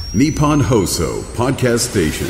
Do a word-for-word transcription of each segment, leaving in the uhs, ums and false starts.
Nippon Hoso Podcast Station。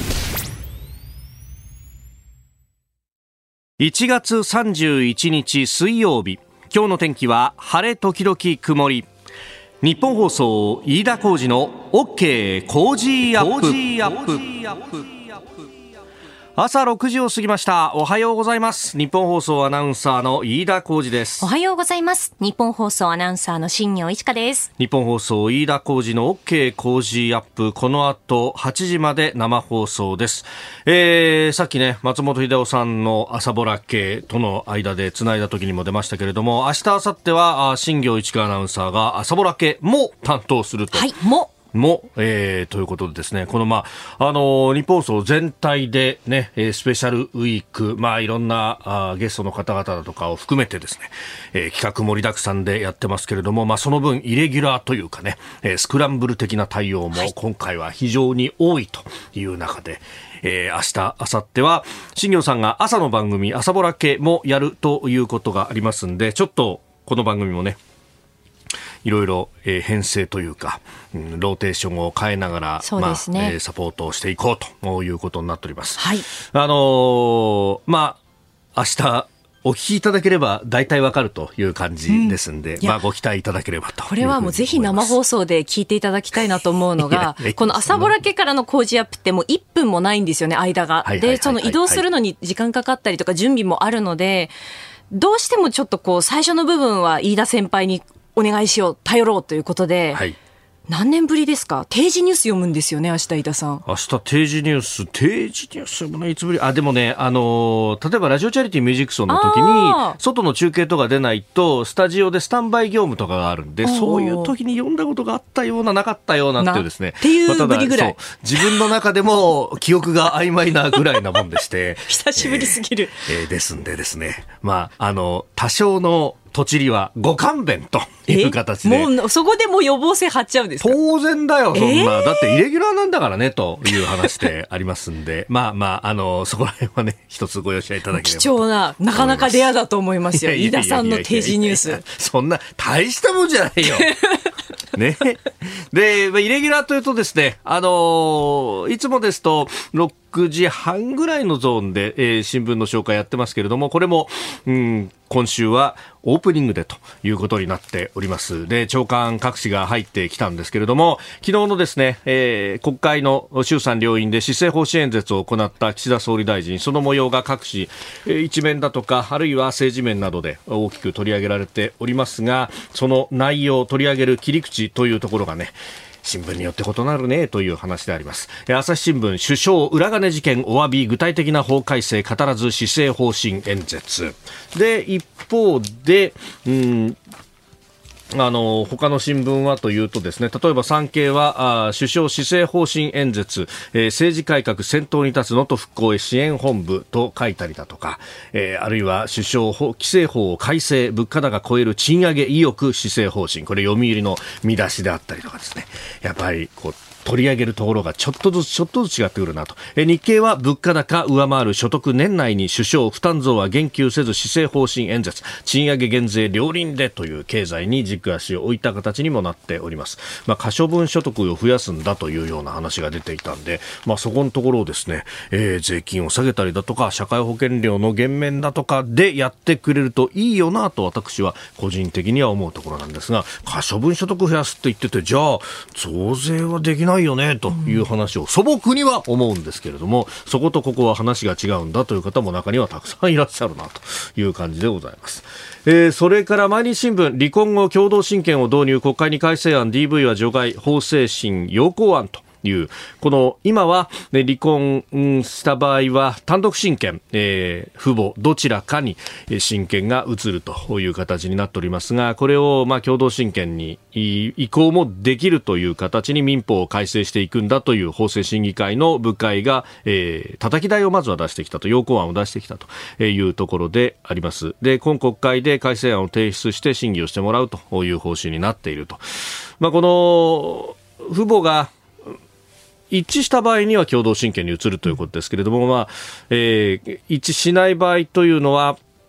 いちがつさんじゅういちにち水曜日、今日の天気は晴れ時々曇り。日本放送飯田浩司の OK 工事アップ。朝ろくじを過ぎました。おはようございます。日本放送アナウンサーの飯田浩司です。 おはようございます。日本放送アナウンサーの新業一華です。 日本放送飯田浩司の OK 工事アップ、この後はちじまで生放送です。えー、さっきね、松本秀夫さんの朝ぼら系との間でつないだ時にも出ましたけれども、明日明後日は新業一華アナウンサーが朝ぼら系も担当すると。 はい、もも、えー、ということでですね、このまあ、あのー、日本放送全体でね、スペシャルウィーク、まあいろんなあゲストの方々だとかを含めてですね、えー、企画盛りだくさんでやってますけれども、まあその分イレギュラーというかね、えー、スクランブル的な対応も今回は非常に多いという中で、えー、明日、明後日は新業さんが朝の番組朝ぼら系もやるということがありますんで、ちょっとこの番組もね、いろいろ、えー、編成というか、うん、ローテーションを変えながら、 そうですね、 まあえー、サポートをしていこうということになっております。 はい、 あのー、まあ明日お聞きいただければ大体わかるという感じですんで、うん、まあご期待いただければと。 これはもうぜひ生放送で聞いていただきたいなと思うのが、この朝ぼらけからの工事アップってもういっぷんもないんですよね、間が。で、その移動するのに時間かかったりとか準備もあるので、どうしてもちょっとこう最初の部分は飯田先輩にお願いしよう、頼ろうということで、はい、何年ぶりですか？定時ニュース読むんですよね、明日飯田さん。 明日定時ニュース、定時ニュースもね、いつぶり？あ、でもね、あのー、例えばラジオチャリティーミュージックソンの時に、外の中継とか出ないと、スタジオでスタンバイ業務とかがあるんで、そういう時に読んだことがあったような、なかったようなっていうですね。 っていうぶりぐらい。 まあ、自分の中でも記憶が曖昧なぐらいなもんでして。 久しぶりすぎる。 えーえー、ですんでですね、まあ、あの、多少の、とちりはご勘弁という形で、 もうそこでもう予防線張っちゃうんですか？ 当然だよ、そんな、えー、だってイレギュラーなんだからねという話でありますんでまあまあ、あのそこら辺はね一つご容赦いただければ。 貴重な、なかなかレアだと思いますよ、飯田さんの定時ニュース。 そんな大したもんじゃないよね。で、イレギュラーというとですね、あのー、いつもですとろくじはんぐらいのゾーンで、えー、新聞の紹介やってますけれども、これも、うん、今週はオープニングでということになっております。で、長官各紙が入ってきたんですけれども、昨日のですね、えー、国会の衆参両院で施政方針演説を行った岸田総理大臣、その模様が各紙、えー、一面だとか、あるいは政治面などで大きく取り上げられておりますが、その内容を取り上げる切り口というところがね、新聞によって異なるねという話であります。朝日新聞、首相裏金事件お詫び、具体的な法改正語らず施政方針演説で、一方で、うんあの他の新聞はというとですね、例えば産経はあ首相施政方針演説、えー、政治改革先頭に立つ能登復興へ支援本部と書いたりだとか、えー、あるいは首相規制法を改正、物価高超える賃上げ意欲施政方針、これ読売の見出しであったりとかですね、やっぱりこう取り上げるところがちょっとずつちょっとずつ違ってくるなと。え日経は物価高上回る所得年内に首相負担増は言及せず施政方針演説、賃上げ減税両輪でという経済に軸足を置いた形にもなっております。まあ、可処分所得を増やすんだというような話が出ていたんで、まあ、そこのところをですね、えー、税金を下げたりだとか社会保険料の減免だとかでやってくれるといいよなと私は個人的には思うところなんですが、可処分所得増やすって言ってて、じゃあ増税はできないよねという話を素朴には思うんですけれども、そことここは話が違うんだという方も中にはたくさんいらっしゃるなという感じでございます。えー、それから毎日新聞、離婚後共同親権を導入、国会に改正案、 ディーブイ は除外、法制審要綱案という、この今は、ね、離婚した場合は単独親権、えー、父母どちらかに親権が移るという形になっておりますが、これをまあ共同親権に移行もできるという形に民法を改正していくんだという法制審議会の部会が、えー、叩き台をまずは出してきたと、要綱案を出してきたというところであります。で、今国会で改正案を提出して審議をしてもらうという方針になっていると。まあ、この父母が一致した場合には共同親権に移るということですけれども、まあえー、一致しない場合というのは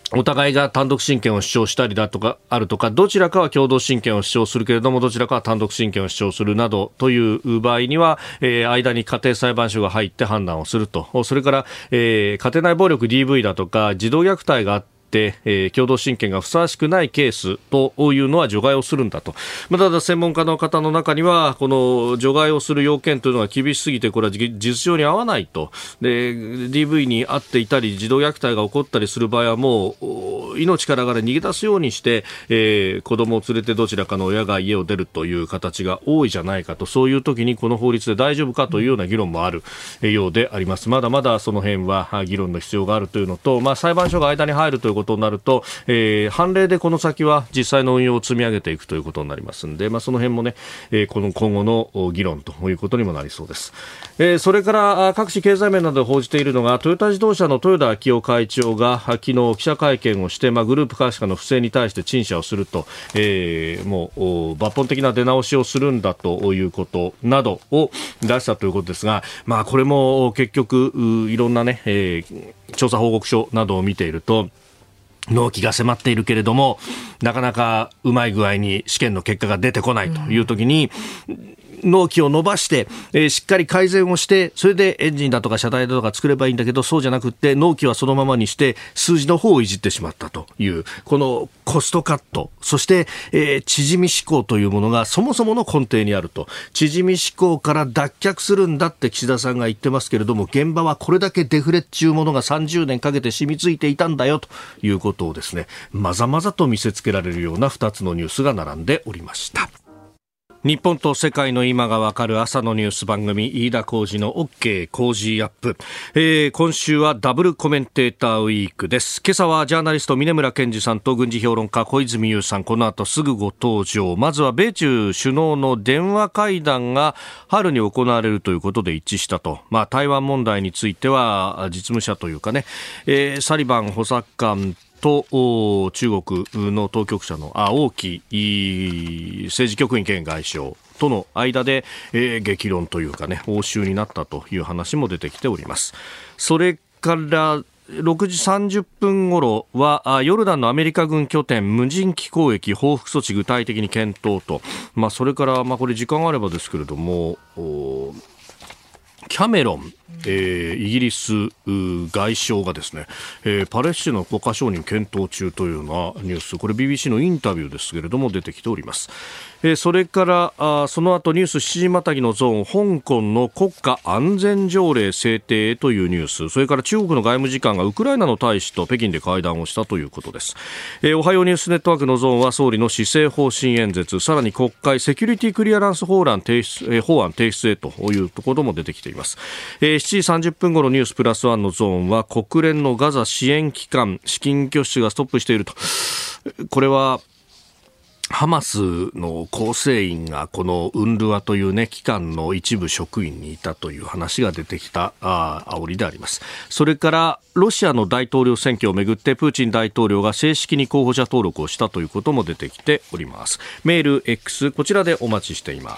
お互いが単独親権を主張したりだとかあるとか、どちらかは共同親権を主張するけれどもどちらかは単独親権を主張するなどという場合には、えー、間に家庭裁判所が入って判断をすると。それから、えー、家庭内暴力 ディーブイ だとか児童虐待があってでえー、共同親権がふさわしくないケースというのは除外をするんだと。まあ、ただ専門家の方の中にはこの除外をする要件というのが厳しすぎてこれは実情に合わないと。で ディーブイ に遭っていたり児童虐待が起こったりする場合はもう命からがら逃げ出すようにして、えー、子供を連れてどちらかの親が家を出るという形が多いじゃないかと。そういう時にこの法律で大丈夫かというような議論もあるようであります。まだまだその辺は議論の必要があるというのと、まあ、裁判所が間に入るということになると、えー、判例でこの先は実際の運用を積み上げていくということになりますので、まあ、その辺もね、えー、この今後の議論ということにもなりそうです。えー、それから各種経済面などで報じているのがトヨタ自動車の豊田章男会長が昨日記者会見をして、まあ、グループ会社の不正に対して陳謝をすると、えー、もう抜本的な出直しをするんだということなどを出したということですが、まあ、これも結局いろんなね、えー、調査報告書などを見ていると納期が迫っているけれどもなかなかうまい具合に試験の結果が出てこないという時に、うん納期を伸ばして、えー、しっかり改善をしてそれでエンジンだとか車体だとか作ればいいんだけどそうじゃなくって納期はそのままにして数字の方をいじってしまったというこのコストカットそして、えー、縮み志向というものがそもそもの根底にあると。縮み志向から脱却するんだって岸田さんが言ってますけれども現場はこれだけデフレっちゅうものがさんじゅうねんかけて染みついていたんだよということをですねまざまざと見せつけられるようなふたつのニュースが並んでおりました。日本と世界の今がわかる朝のニュース番組飯田浩司の OK 工事アップ、えー、今週はダブルコメンテーターウィークです。今朝はジャーナリスト峯村健二さんと軍事評論家小泉悠さんこの後すぐご登場。まずは米中首脳の電話会談が春に行われるということで一致したと、まあ、台湾問題については実務者というかね、えー、サリバン補佐官と中国の当局者の王毅政治局員兼外相との間で、えー、激論というかね応酬になったという話も出てきております。それからろくじさんじゅっぷん頃はヨルダンのアメリカ軍拠点無人機攻撃報復措置具体的に検討と、まあ、それから、まあ、これ時間があればですけれどもキャメロン、えー、イギリス外相がですね、えー、パレスチナの国家承認検討中というようなニュースこれ ビービーシー のインタビューですけれども出てきております。えー、それからあその後ニュースしちじまたぎのゾーン香港の国家安全条例制定というニュースそれから中国の外務次官がウクライナの大使と北京で会談をしたということです。えー、おはようニュースネットワークのゾーンは総理の施政方針演説さらに国会セキュリティクリアランス法案提出、えー、法案提出へというところも出てきています。えー、しちじさんじゅっぷん頃ニュースプラスワンのゾーンは国連のガザ支援機関資金拠出がストップしていると。これはハマスの構成員がこのウンルワという、ね、機関の一部職員にいたという話が出てきたあ煽りであります。それからロシアの大統領選挙をめぐってプーチン大統領が正式に候補者登録をしたということも出てきております。メール X こちらでお待ちしています。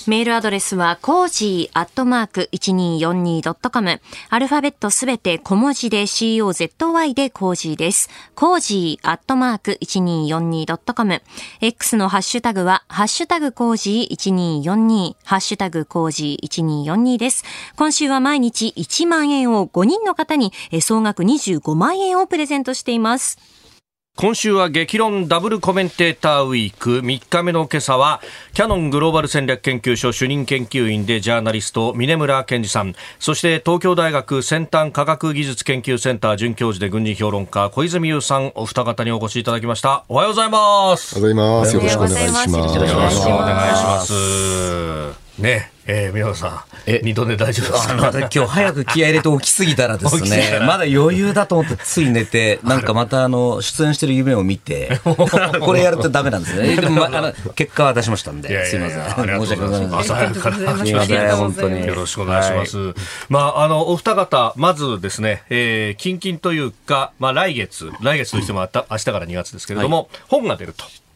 メールアドレスはコージーアットマーク いちにーよんにードットコム アルファベットすべて小文字で コーズ でコージーです。コージーアットマーク いちにーよんにードットコム Xのハッシュタグは、ハッシュタグコージーいちにーよんにー、ハッシュタグコージーいちにーよんにーです。今週は毎日いちまんえんをごにんの方に総額にじゅうごまんえんをプレゼントしています。 今週は激論ダブルコメンテーターウィークみっかめの今朝はキャノングローバル戦略研究所主任研究員でジャーナリスト峯村健二さんそして東京大学先端科学技術研究センター准教授で軍事評論家小泉悠さんお二方にお越しいただきました。おはようございます。 おはようございます。よろしくお願いします。 よろしくお願いしますね。えー、宮本さんえ二度寝大丈夫ですか？ まだ今日早く気合い入れて起きすぎたらですねまだ余裕だと思ってつい寝てなんかまたあの出演してる夢を見てこれやるとダメなんですね。でも、ま、あの結果は出しましたんでいやいやいやすいません申し訳ございません。朝早くからすいません本当によろしくお願いします、はいまあ、あのお二方まずですね、えー、近々というか、まあ、来月来月としてもあった明日からにがつですけれども、はい、本が出ると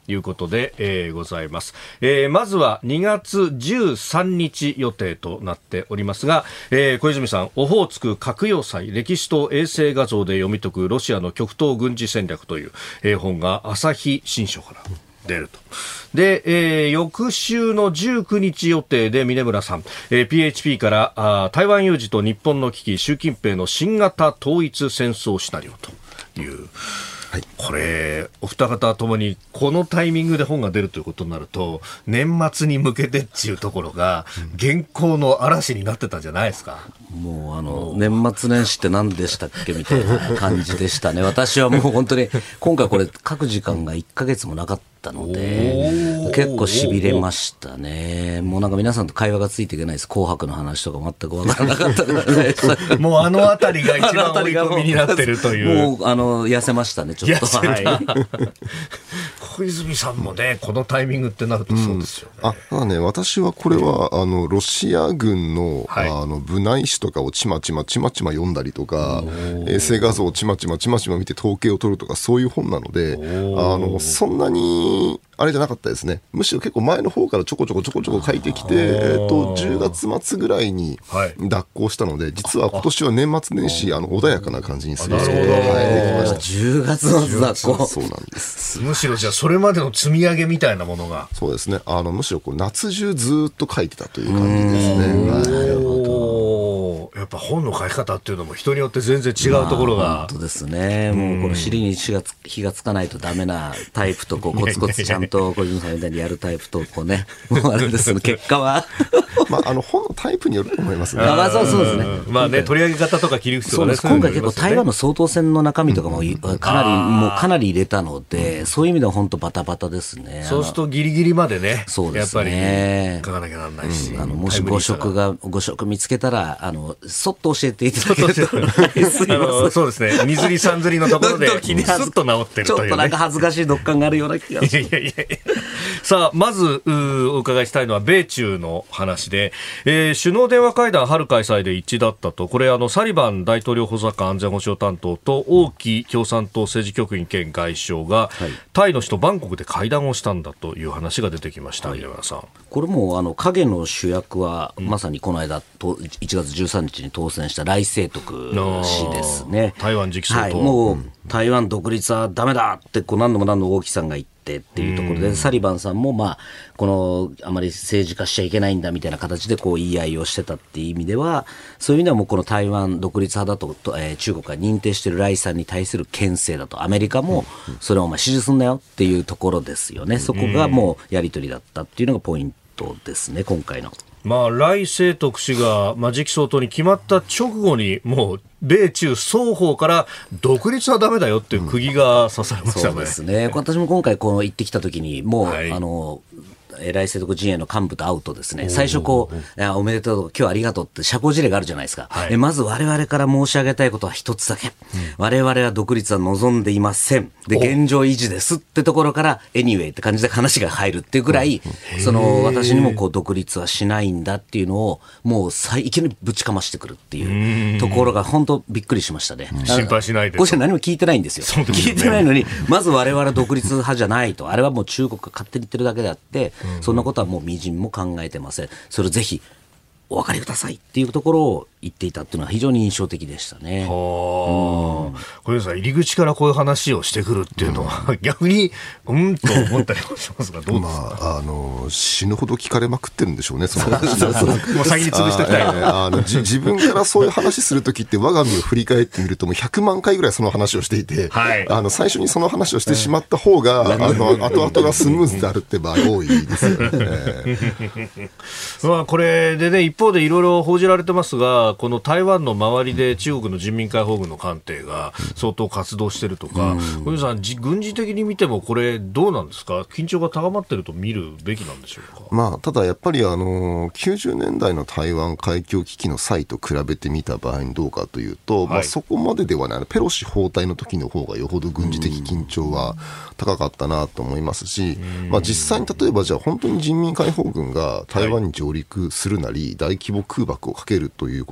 いうことで、えー、ございます、えー、まずはにがつじゅうさんにち予定となっておりますが、えー、小泉さん、オホーツク核要塞歴史と衛星画像で読み解くロシアの極東軍事戦略という、えー、本が朝日新書から出ると。で、えー、翌週のじゅうくにち予定で峰村さん、えー、ピーエイチピー からあ台湾有事と日本の危機、習近平の新型統一戦争シナリオという、はい、これお二方ともにこのタイミングで本が出るということになると、年末に向けてっていうところが原稿の嵐になってたんじゃないですか。 もうあの年末年始って何でしたっけみたいな感じでしたね。私はもう本当に今回これ書く時間がいっかげつもなかったので結構しびれましたね。もうなんか皆さんと会話がついていけないです。紅白の話とか全く分からなかったからねもうあのあたりが一番追い込みになってるというもうあの痩せましたねちょっと、はい小泉さんもねこのタイミングってなるとそうですよね、 うん、あただね私はこれはあのロシア軍の、はい、あの部内史とかをちまちまちまちま読んだりとか衛星画像をちまちまちまちま見て統計を取るとかそういう本なのであのそんなにあれじゃなかったですね。むしろ結構前の方からちょこちょこちょこちょこ書いてきて、えっと、じゅうがつ末ぐらいに脱行したので、はい、実は今年は年末年始あの穏やかな感じにすることが、はい、できました。 じゅうがつ末脱行そうなんです。 むしろじゃあそれまでの積み上げみたいなものがそうですね。あのむしろこう夏中ずっと書いてたという感じですね。はい、なるほど。 やっぱ本の書き方っていうのも人によって全然違うところが、まあ、 本当ですね。もうこの尻に火がつ、火がつかないとダメなタイプとこうコツコツちゃんと小泉さんみたいにやるタイプとこうねもうあれですね結果はまああの本のタイプによると思いますね。 あそうそうですね。 まあね取り上げ方とか切り口とかね。 今回結構台湾の総統選の中身とかもかなりもうかなり入れたので、そういう意味では本当バタバタですね。 そうするとギリギリまでね。 そうですね。 やっぱり書かなきゃならないし、 あのもしご職がご職見つけたらあのそっと教えていただけるとすいません。 そうですね。二釣り三釣りのところでスッと治ってるというね。 ちょっとなんか恥ずかしい読感があるような気がする。 いやいやいや。さあまずお伺いしたいのは米中の話で、えー、首脳電話会談春開催で一致だったと。これあのサリバン大統領補佐官安全保障担当と王毅共産党政治局員兼外相が、はい、タイの首都バンコクで会談をしたんだという話が出てきました。はい、山田さん、 これもあの影の主役は、うん、まさにこの間といちがつじゅうさんにちに当選した頼清徳氏ですね。 台湾次期総統、 はい、もう、うん、台湾独立はダメだってこう何度も何度も王毅さんが言ってっていうところで、サリバンさんも、まあ、このあまり政治化しちゃいけないんだみたいな形でこう言い合いをしてたっていう意味では、そういう意味ではもうこの台湾独立派だと、えー、中国が認定している頼さんに対する牽制だと、アメリカもそれをお前支持すんなよっていうところですよね。そこがもうやり取りだったっていうのがポイントですね、今回の。 まあ、頼清徳氏が、まあ、次期総統に決まった直後にもう米中双方から独立はダメだよっていう釘が刺されましたね。 そうですね。私も今回この行ってきた時にもう、はい、あの頼清徳陣営の幹部と会うとですね、最初こうおめでとう今日ありがとうって社交辞令があるじゃないですか。はい、えまず我々から申し上げたいことは一つだけ、うん、我々は独立は望んでいませんで現状維持ですってところからエニウェイって感じで話が入るっていうぐらい、その私にもこう独立はしないんだっていうのをもう最いきなりぶちかましてくるっていうところが本当びっくりしましたね。 心配しないでこれ何も聞いてないんですよ。すね、聞いてないのにまず我々は独立派じゃないと、あれはもう中国が勝手に言ってるだけであって、うん、そんなことはもうみじんも考えてません。それをぜひお分かりくださいっていうところを言っていたっていうのは非常に印象的でしたね。はあ、うん、 小泉さん、入り口からこういう話をしてくるっていうのは、うん、逆にうんと思ったりもしますがどうですか。 まあ、あの死ぬほど聞かれまくってるんでしょうね、その話もう先に潰しておきたい。 ああのじ自分からそういう話するときって我が身を振り返ってみるともうひゃくまんかいぐらいその話をしていて、はい、あの最初にその話をしてしまった方が、うん、あの後々がスムーズであるって場合多いですよね。 まあ、これでね、一方でいろいろ報じられてますが、この台湾の周りで中国の人民解放軍の艦艇が相当活動しているとか、小泉さん、軍事的に見てもこれどうなんですか。緊張が高まっていると見るべきなんでしょうか。 まあ、ただやっぱりあのきゅうじゅうねんだいの台湾海峡危機の際と比べてみた場合にどうかというと、はい、まあ、そこまでではない。ペロシ訪台の時の方がよほど軍事的緊張は高かったなと思いますし、まあ、実際に例えばじゃあ本当に人民解放軍が台湾に上陸するなり大規模空爆をかけるということ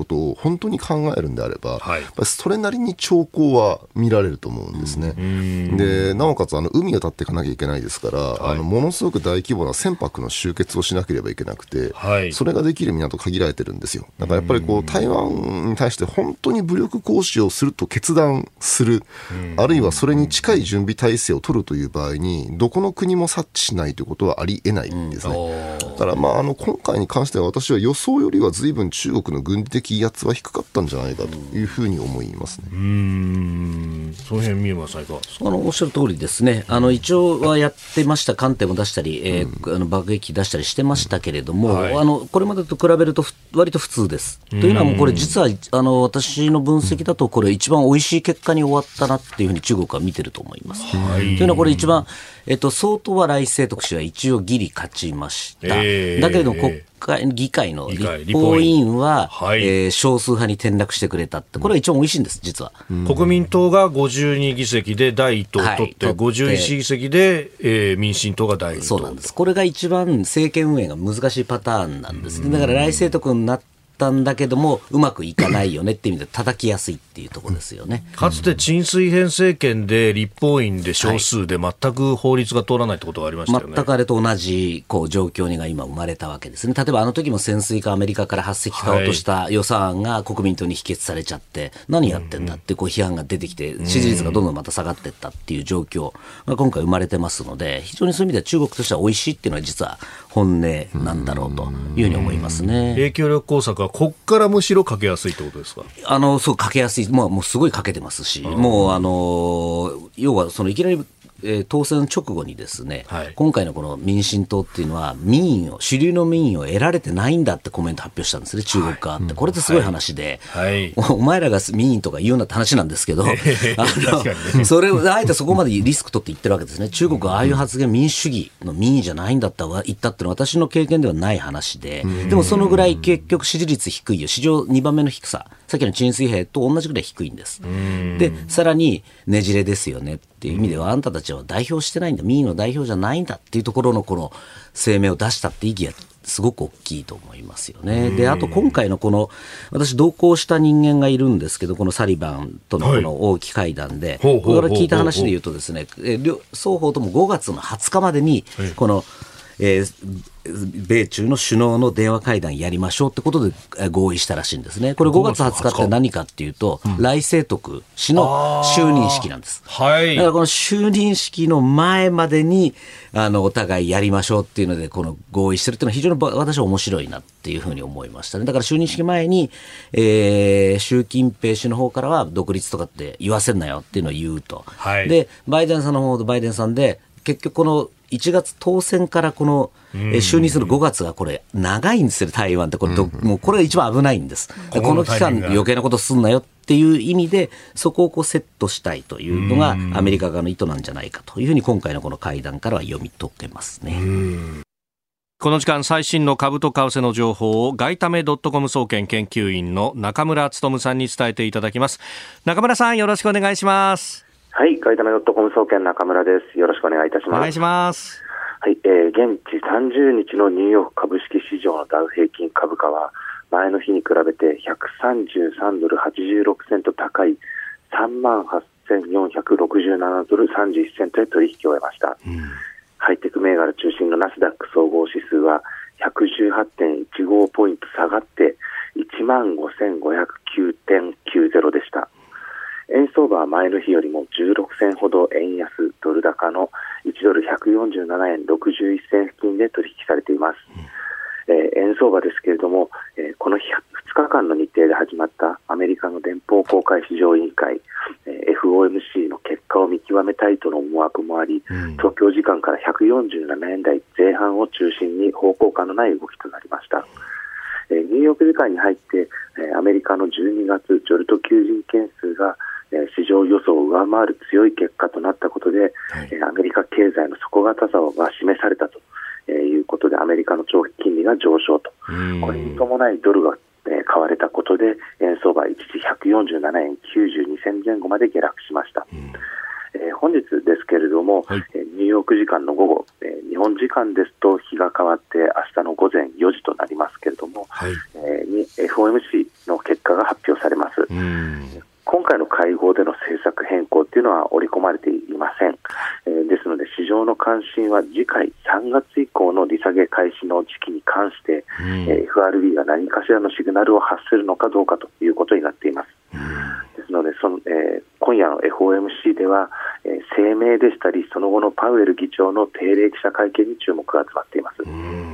ことを本当に考えるんであれば、 はい、 やっぱりそれなりに兆候は見られると思うんですね。うん、でなおかつあの海を立っていかなきゃいけないですから、はい、あのものすごく大規模な船舶の集結をしなければいけなくて、はい、それができる港限られてるんですよ。だからやっぱりこう台湾に対して本当に武力行使をすると決断する、あるいはそれに近い準備体制を取るという場合にどこの国も察知しないということはありえないんですね。だからまああの今回に関しては私は予想よりは随分中国の軍事的威圧は低かったんじゃないかというふうに思いますね。 うーん、その辺見ますか。 あのおっしゃる通りですね。あの一応はやってました。艦艇も出したり、えー、あの爆撃機出したりしてましたけれども、はい、あのこれまでと比べると割と普通です。というのはもうこれ実はあの私の分析だとこれ一番おいしい結果に終わったなっていうふうに中国は見てると思います。はい、というのはこれ一番、えっと、総統は頼清徳氏は一応ギリ勝ちました。えー、だけれども国会議会の立法委員は、はいえー、少数派に転落してくれたって、これは一番おいしいんです実は。 うん、国民党がごじゅうにぎせきで第一党を取って、はい、ごじゅういちぎせきで、えー、民進党が第二党。 そうなんです。これが一番政権運営が難しいパターンなんですね。だから頼清徳になってたんだけどもうまくいかないよねっていう意味で叩きやすいっていうところですよね。 かつて陳水扁政権で立法院で少数で全く法律が通らないってことがありましたよね。 全くあれと同じこう状況が今生まれたわけですね。例えばあの時も潜水艦アメリカからはっせき買おうとした予算案が国民党に否決されちゃって何やってんだってこう批判が出てきて支持率がどんどんまた下がっていったっていう状況が今回生まれてますので、非常にそういう意味では中国としては美味しいっていうのは実は本音なんだろうというふうに思いますね。 影響力工作はこっからむしろかけやすいってことですか。 あのそうかけやすい、まあ、もうすごいかけてますし、もうあの要はそのいきなりえー、当選直後にですね、はい、今回のこの民進党っていうのは民意を主流の民意を得られてないんだってコメント発表したんですね、中国側って、はい、これってすごい話で、はいはい、お前らが民意とか言うなって話なんですけど、あのそれをあえてそこまでリスク取って言ってるわけですね。中国はああいう発言民主主義の民意じゃないんだった言ったってのは私の経験ではない話で、でもそのぐらい結局支持率低いよ、史上にばんめの低さ、さっきの陳水扁と同じぐらい低いんです。でさらにねじれですよねっていう意味では、あんたたちは代表してないんだ、民意の代表じゃないんだっていうところのこの声明を出したって意義はすごく大きいと思いますよね。であと今回のこの私同行した人間がいるんですけど、このサリバンとのこの王毅会談で、ここから聞いた話で言うとですね、双方ともごがつのはつかまでにこの、えー米中の首脳の電話会談やりましょうってことで合意したらしいんですね。これごがつはつかって何かっていうと、うん、頼清徳氏の就任式なんです。はい、だからこの就任式の前までにあのお互いやりましょうっていうのでこの合意してるっていうのは非常に私は面白いなっていうふうに思いましたね。だから就任式前に、えー、習近平氏の方からは独立とかって言わせんなよっていうのを言うと、はい、でバイデンさんの方とバイデンさんで結局このいちがつ当選からこの就任するごがつがこれ長いんですよ、台湾ってこれ、うん、もうこれが一番危ないんです。この期間余計なことすんなよっていう意味でそこをこうセットしたいというのがアメリカ側の意図なんじゃないかというふうに今回のこの会談からは読み解けますね。 この時間最新の株と為替の情報を外為ドットコム総研研究員の中村勉さんに伝えていただきます。中村さん、よろしくお願いします。 はい、外為ドットコム総研中村です。よろしくお願いいたします。 お願いします。 はい、えー、現地さんじゅうにちのニューヨーク株式市場のダウ平均株価は前の日に比べてひゃくさんじゅうさんドルはちじゅうろくセント高い さんまんはっせんよんひゃくろくじゅうななドルさんじゅういちセントで取引を終えました。うん、ハイテク銘柄中心のナスダック総合指数は ひゃくじゅうはちてんいちご ポイント下がっていちまんごせんごひゃくきゅうてんきゅうゼロでした。円相場は前の日よりもじゅうろくせんほど円安ドル高のいちドルひゃくよんじゅうななえんろくじゅういっせん付近で取引されています。うん、えー、円相場ですけれども、えー、この日ふつかかんの日程で始まったアメリカの連邦公開市場委員会、えー、エフオーエムシー の結果を見極めたいとの思惑もあり、うん、東京時間からひゃくよんじゅうななえん台前半を中心に方向感のない動きとなりました。えー、ニューヨーク時間に入って、えー、アメリカのじゅうにがつジョルト求人件数が市場予想を上回る強い結果となったことで、はい、アメリカ経済の底堅さが示されたということでアメリカの長期金利が上昇と、これに伴いドルが買われたことで円相場は一時ひゃくよんじゅうななえんきゅうじゅうにせん前後まで下落しました。うん、えー、本日ですけれども、はい、ニューヨーク時間の午後、えー、日本時間ですと日が変わって明日の午前よじとなりますけれども、はい、えー、に エフオーエムシー の結果フアールビー が何かしらのシグナルを発するのかどうかということになっています。ですのでその、えー、今夜の エフオーエムシー では、えー、声明でしたりその後のパウエル議長の定例記者会見に注目が集まっています。 うん、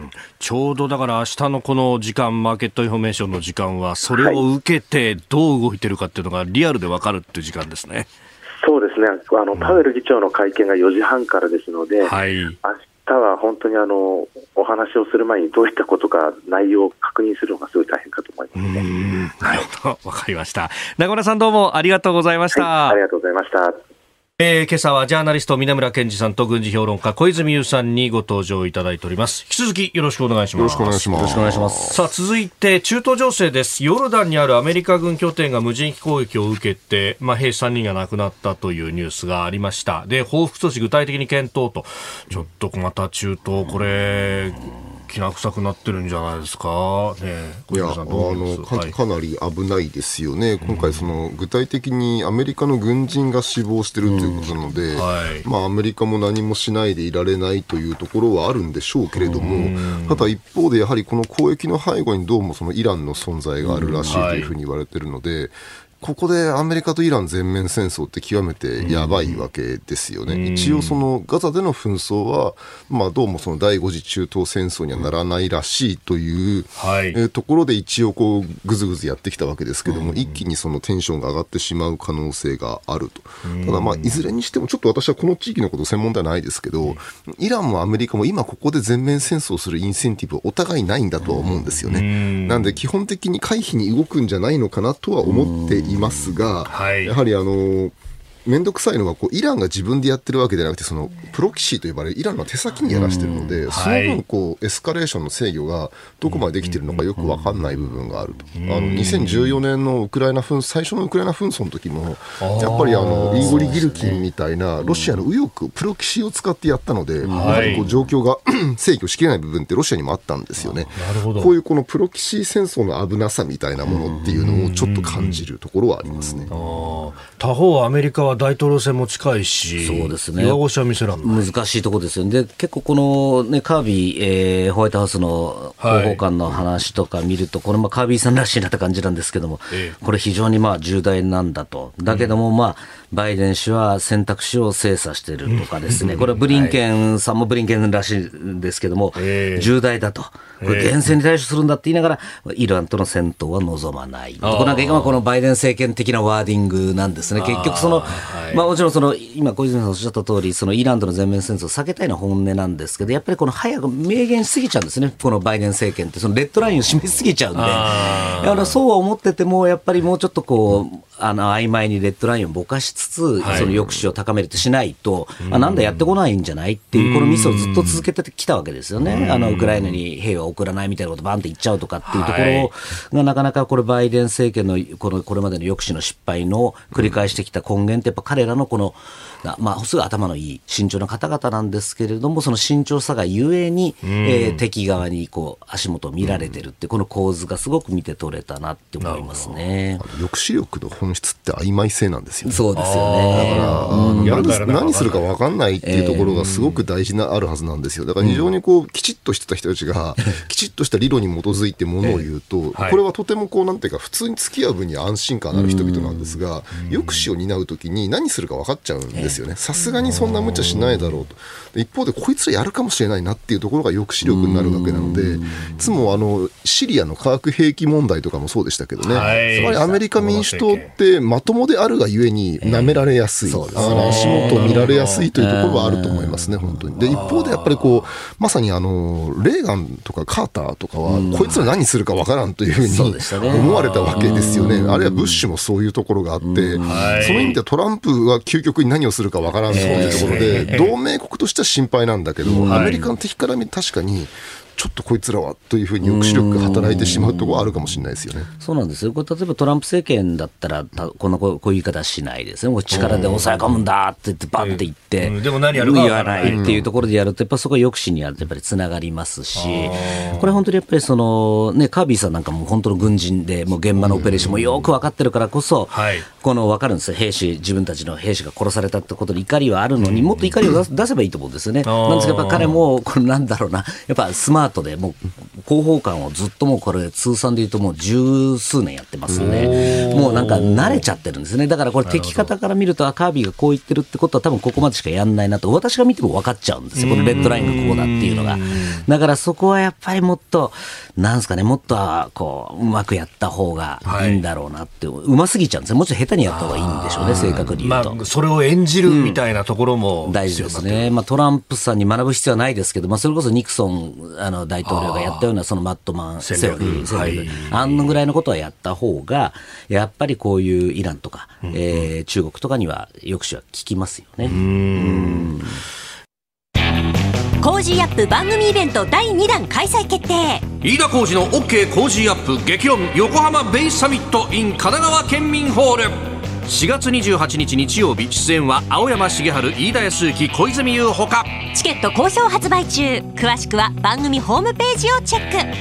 ちょうどだから明日のこの時間、マーケットインフォメーションの時間はそれを受けてどう動いているかっていうのがリアルで分かるっていう時間ですね。 そうですね、あのパウエル議長の会見がよじはんからですので、はい、明日は本当にあのお話をする前にどういったことか内容を確認するのがすごい大変かと思いますね。うん、 なるほど、わかりました。中村さんどうもありがとうございました。 はい、ありがとうございました。 えー、今朝はジャーナリスト峰村健二さんと軍事評論家小泉悠さんにご登場いただいております。引き続きよろしくお願いします。 よろしくお願いします。 よろしくお願いします。 さあ続いて中東情勢です。ヨルダンにあるアメリカ軍拠点が無人機攻撃を受けて、まあ、兵士さんにんが亡くなったというニュースがありました。で報復措置具体的に検討と、ちょっとまた中東これきな臭くなってるんじゃないですか、ね、 いやあの か, かなり危ないですよね。今回その具体的にアメリカの軍人が死亡しているということなので、うんはい、まあ、アメリカも何もしないでいられないというところはあるんでしょうけれども、ただ一方でやはりこの攻撃の背後にどうもそのイランの存在があるらしいというふうに言われているので、うんはい、ここでアメリカとイラン全面戦争って極めてやばいわけですよね。一応そのガザでの紛争は、まあ、どうもその第五次中東戦争にはならないらしいという、はいえー、ところで一応こうぐずぐずやってきたわけですけども、一気にそのテンションが上がってしまう可能性があると。ただまあいずれにしてもちょっと私はこの地域のこと専門ではないですけど、イランもアメリカも今ここで全面戦争するインセンティブお互いないんだとは思うんですよね。なんで基本的に回避に動くんじゃないのかなとは思っていますいますが、はい、やはりあの面倒くさいのはこうイランが自分でやってるわけではなくて、そのプロキシーと呼ばれるイランの手先にやらしているので、その分こうエスカレーションの制御がどこまでできているのかよく分かんない部分があると。あのにせんじゅうよねんのウクライナ紛最初のウクライナ紛争の時もやっぱりあのイーゴリ・ギルキンみたいなロシアの右翼プロキシーを使ってやったので、やはりこう状況が制御しきれない部分ってロシアにもあったんですよね。なるほど。こういうこのプロキシー戦争の危なさみたいなものっていうのをちょっと感じるところはありますね。 他方アメリカは大統領選も近いし、 そうですね、 弱腰は見せらんない。 難しいところですよね。で結構この、ね、カービー、えー、ホワイトハウスの広報官の話とか見ると、はい、これもカービーさんらしいなって感じなんですけども、ええ、これ非常にまあ重大なんだと。だけども、まあ、バイデン氏は選択肢を精査しているとかですね、これはブリンケンさんもブリンケンらしいんですけども、ええ、重大だと。これ厳正に対処するんだって言いながら、イランとの戦闘は望まない。これなんか今このバイデン政権的なワーディングなんですね。結局その、はい、まあもちろんその今小泉さんおっしゃった通り、そのイランとの全面戦争を避けたいのは本音なんですけど、やっぱりこの早く明言しすぎちゃうんですね。このバイデン政権ってそのレッドラインを示しすぎちゃうんで、だからそうは思っててもやっぱりもうちょっとこうあの曖昧にレッドラインをぼかしつつ、はい、その抑止を高めるとしないと、あなんだやってこないんじゃないっていうこのミスをずっと続けてきたわけですよね。あのウクライナに兵は送らないみたいなことバンって言っちゃうとかっていうところが、なかなかこれバイデン政権のこのこれまでの抑止の失敗の繰り返してきた根源ってやっぱ彼らのこのまあ、すごい頭のいい慎重な方々なんですけれども、その慎重さがゆえに、うんえー、敵側にこう足元を見られてるってこの構図がすごく見て取れたなって思いますね。 抑止力の本質って曖昧性なんですよね。 そうですよね。 だから、うん、何, 何するか分かんないっていうところがすごく大事なあるはずなんですよ。だから非常にこうきちっとしてた人たちがきちっとした理論に基づいてものを言うと、えーはい、これはとてもこうなんていうか普通に付き合う分に安心感のある人々なんですが、抑止を担うときに何するか分かっちゃうんですよね。さすがにそんな無茶しないだろうと。一方でこいつらやるかもしれないなっていうところが抑止力になるわけなので、いつもあのシリアの化学兵器問題とかもそうでしたけどね、はい、つまりアメリカ民主党ってまともであるがゆえに舐められやすい、えー、あの足元を見られやすいというところはあると思いますね、本当に。で一方でやっぱりこうまさにあのレーガンとかカーターとかはこいつら何するかわからんというふうに思われたわけですよね。あるいはブッシュもそういうところがあって、その意味でトランプは究極に何をするかわからんというところで、同盟国としては心配なんだけど、アメリカの敵から見て確かにちょっとこいつらはというふうに抑止力が働いてしまうところはあるかもしれないですよね。 そうなんですよ。これ例えばトランプ政権だったらこんなこういう言い方はしないですね。力で抑え込むんだって言ってバンって言って、 うん、でも何やるか言わないっていうところでやるとやっぱそこは抑止にはやっぱりつながりますし、これ本当にやっぱりその、ね、カービーさんなんかも本当の軍人でもう現場のオペレーションもよく分かってるからこそ、はい、この分かるんですよ。兵士自分たちの兵士が殺されたってことに怒りはあるのに、もっと怒りを出せばいいと思うんですよね。なんですけどやっぱ彼もこれなんだろうな、やっぱスママートでもう広報官をずっともうこれ通算で言うともう十数年やってますんで、もうなんか慣れちゃってるんですね。だからこれ敵方から見るとカービィがこう言ってるってことは多分ここまでしかやんないなと私が見ても分かっちゃうんですよ。このレッドラインがこうだっていうのが。だからそこはやっぱりもっとなんですかね、もっとこううまくやった方がいいんだろうなって、はい、うますぎちゃうんですよ。もうちょっと下手にやった方がいいんでしょうね、正確に言うと。 まあ、それを演じるみたいなところも、うん、 大事ですね。まあ、トランプさんに学ぶ必要はないですけど、まあ、それこそニクソンあの大統領がやったようなそのマットマン戦略、はい、あんのぐらいのことはやった方がやっぱりこういうイランとか、うんえー、中国とかには抑止は効きますよね。うんうんコージーアップ番組イベントだいにだん開催決定。 飯田浩司の OK コージーアップ激論横浜ベイサミット in 神奈川県民ホール、しがつにじゅうはちにち日曜日、出演は青山茂春、飯田康之、小泉優ほか。 チケット好評発売中。詳しくは番組ホームページをチェック。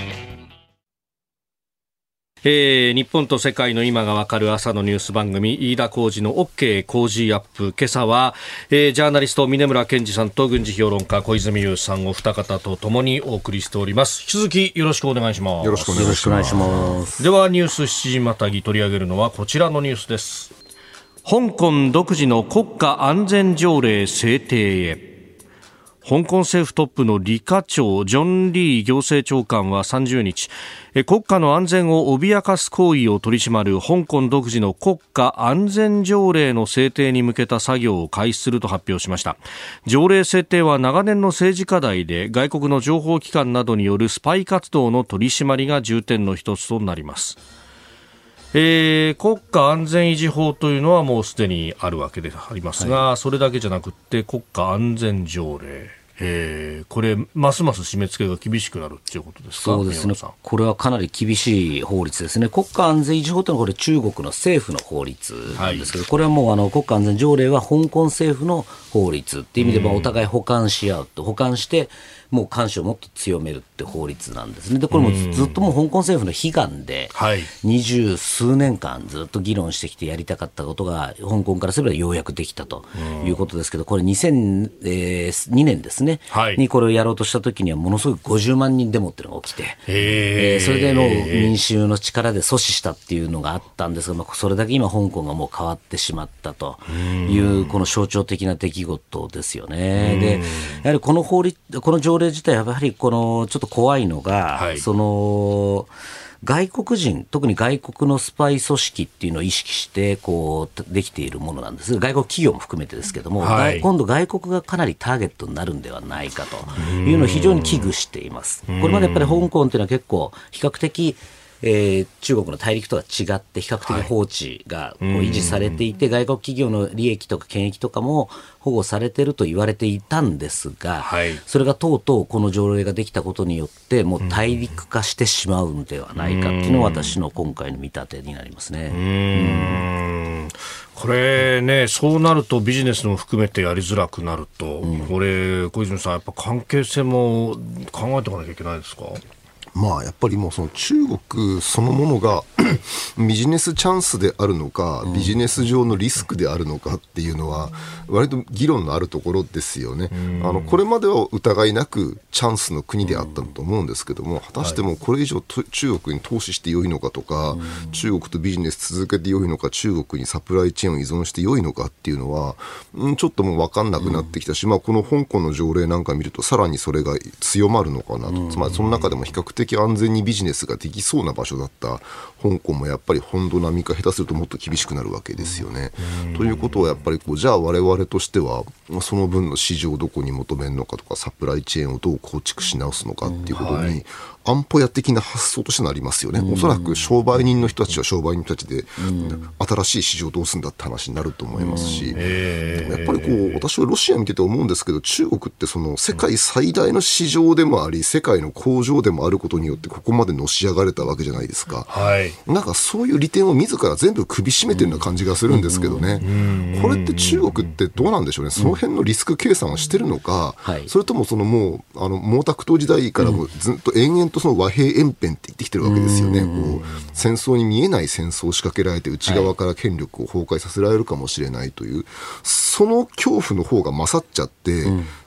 えー、日本と世界の今がわかる朝のニュース番組飯田浩司の OK コージーアップ。今朝は、えー、ジャーナリスト峯村健二さんと軍事評論家小泉悠さんお二方とともにお送りしております。引き続きよろしくお願いします。 よろしくお願いします。 ではニュースしちじまたぎ取り上げるのはこちらのニュースです。香港独自の国家安全条例制定へ。香港政府トップの李家超ジョン・リー行政長官はさんじゅうにち、国家の安全を脅かす行為を取り締まる香港独自の国家安全条例の制定に向けた作業を開始すると発表しました。条例制定は長年の政治課題で、外国の情報機関などによるスパイ活動の取り締まりが重点の一つとなります。えー、国家安全維持法というのはもうすでにあるわけでありますが、はい、それだけじゃなくって国家安全条例、えー、これますます締め付けが厳しくなるということですか。 そうですね、これはかなり厳しい法律ですね。国家安全維持法というのはこれ中国の政府の法律なんですけど、はい、これはもうあの国家安全条例は香港政府の法律っていう意味でもお互い補完し合うと、補完してもう監視をもっと強めるって法律なんですね。でこれもずっともう香港政府の悲願で二十数年間ずっと議論してきてやりたかったことが香港からすればようやくできたということですけど、これにせんにねんですね、はい、にこれをやろうとした時にはものすごいごじゅうまんにんデモっていうのが起きて、えー、それでの民衆の力で阻止したっていうのがあったんですが、まあ、それだけ今香港がもう変わってしまったというこの象徴的な出来事ですよね。でやはりこの法律この条例自体はやはりこのちょっと怖いのが、はい、その外国人特に外国のスパイ組織っていうのを意識してこうできているものなんです。外国企業も含めてですけども、はい、今度外国がかなりターゲットになるんではないかというのを非常に危惧しています。これまでやっぱり香港というのは結構比較的えー、中国の大陸とは違って比較的法治がこう維持されていて、はい、外国企業の利益とか権益とかも保護されていると言われていたんですが、はい、それがとうとうこの条例ができたことによってもう大陸化してしまうんではないかっていうのが私の今回の見立てになりますね。うーん、 これね、そうなるとビジネスも含めてやりづらくなると、うん、これ小泉さんやっぱ関係性も考えておかなきゃいけないですか。 まあやっぱりもうその中国そのものがビジネスチャンスであるのかビジネス上のリスクであるのかっていうのは割と議論のあるところですよね。あのこれまでは疑いなくチャンスの国であったと思うんですけども、果たしてもこれ以上中国に投資して良いのかとか、中国とビジネス続けて良いのか、中国にサプライチェーンを依存して良いのかっていうのはちょっともう分かんなくなってきたし、まあ、この香港の条例なんか見るとさらにそれが強まるのかなと。つまりその中でも比較的安全にビジネスができそうな場所だった香港もやっぱり本土並みか下手するともっと厳しくなるわけですよね。ということはやっぱりこうじゃあ我々としてはその分の市場をどこに求めるのかとかサプライチェーンをどう構築し直すのかっていうことに、はい、安保屋的な発想としてなりますよね。おそらく商売人の人たちは商売人たちで新しい市場をどうするんだって話になると思いますし、やっぱりこう私はロシア見てて思うんですけど、中国ってその世界最大の市場でもあり世界の工場でもあることによってここまでのし上がれたわけじゃないですか、はい、なんかそういう利点を自ら全部首絞めてるような感じがするんですけどね。これって中国ってどうなんでしょうね。その辺のリスク計算をしてるのか、はい、それともそのもうあの毛沢東時代からもずっと延々とその和平延編って言ってきてるわけですよね。こう戦争に見えない戦争を仕掛けられて内側から権力を崩壊させられるかもしれないという、はい、その恐怖の方が勝っちゃって、うん、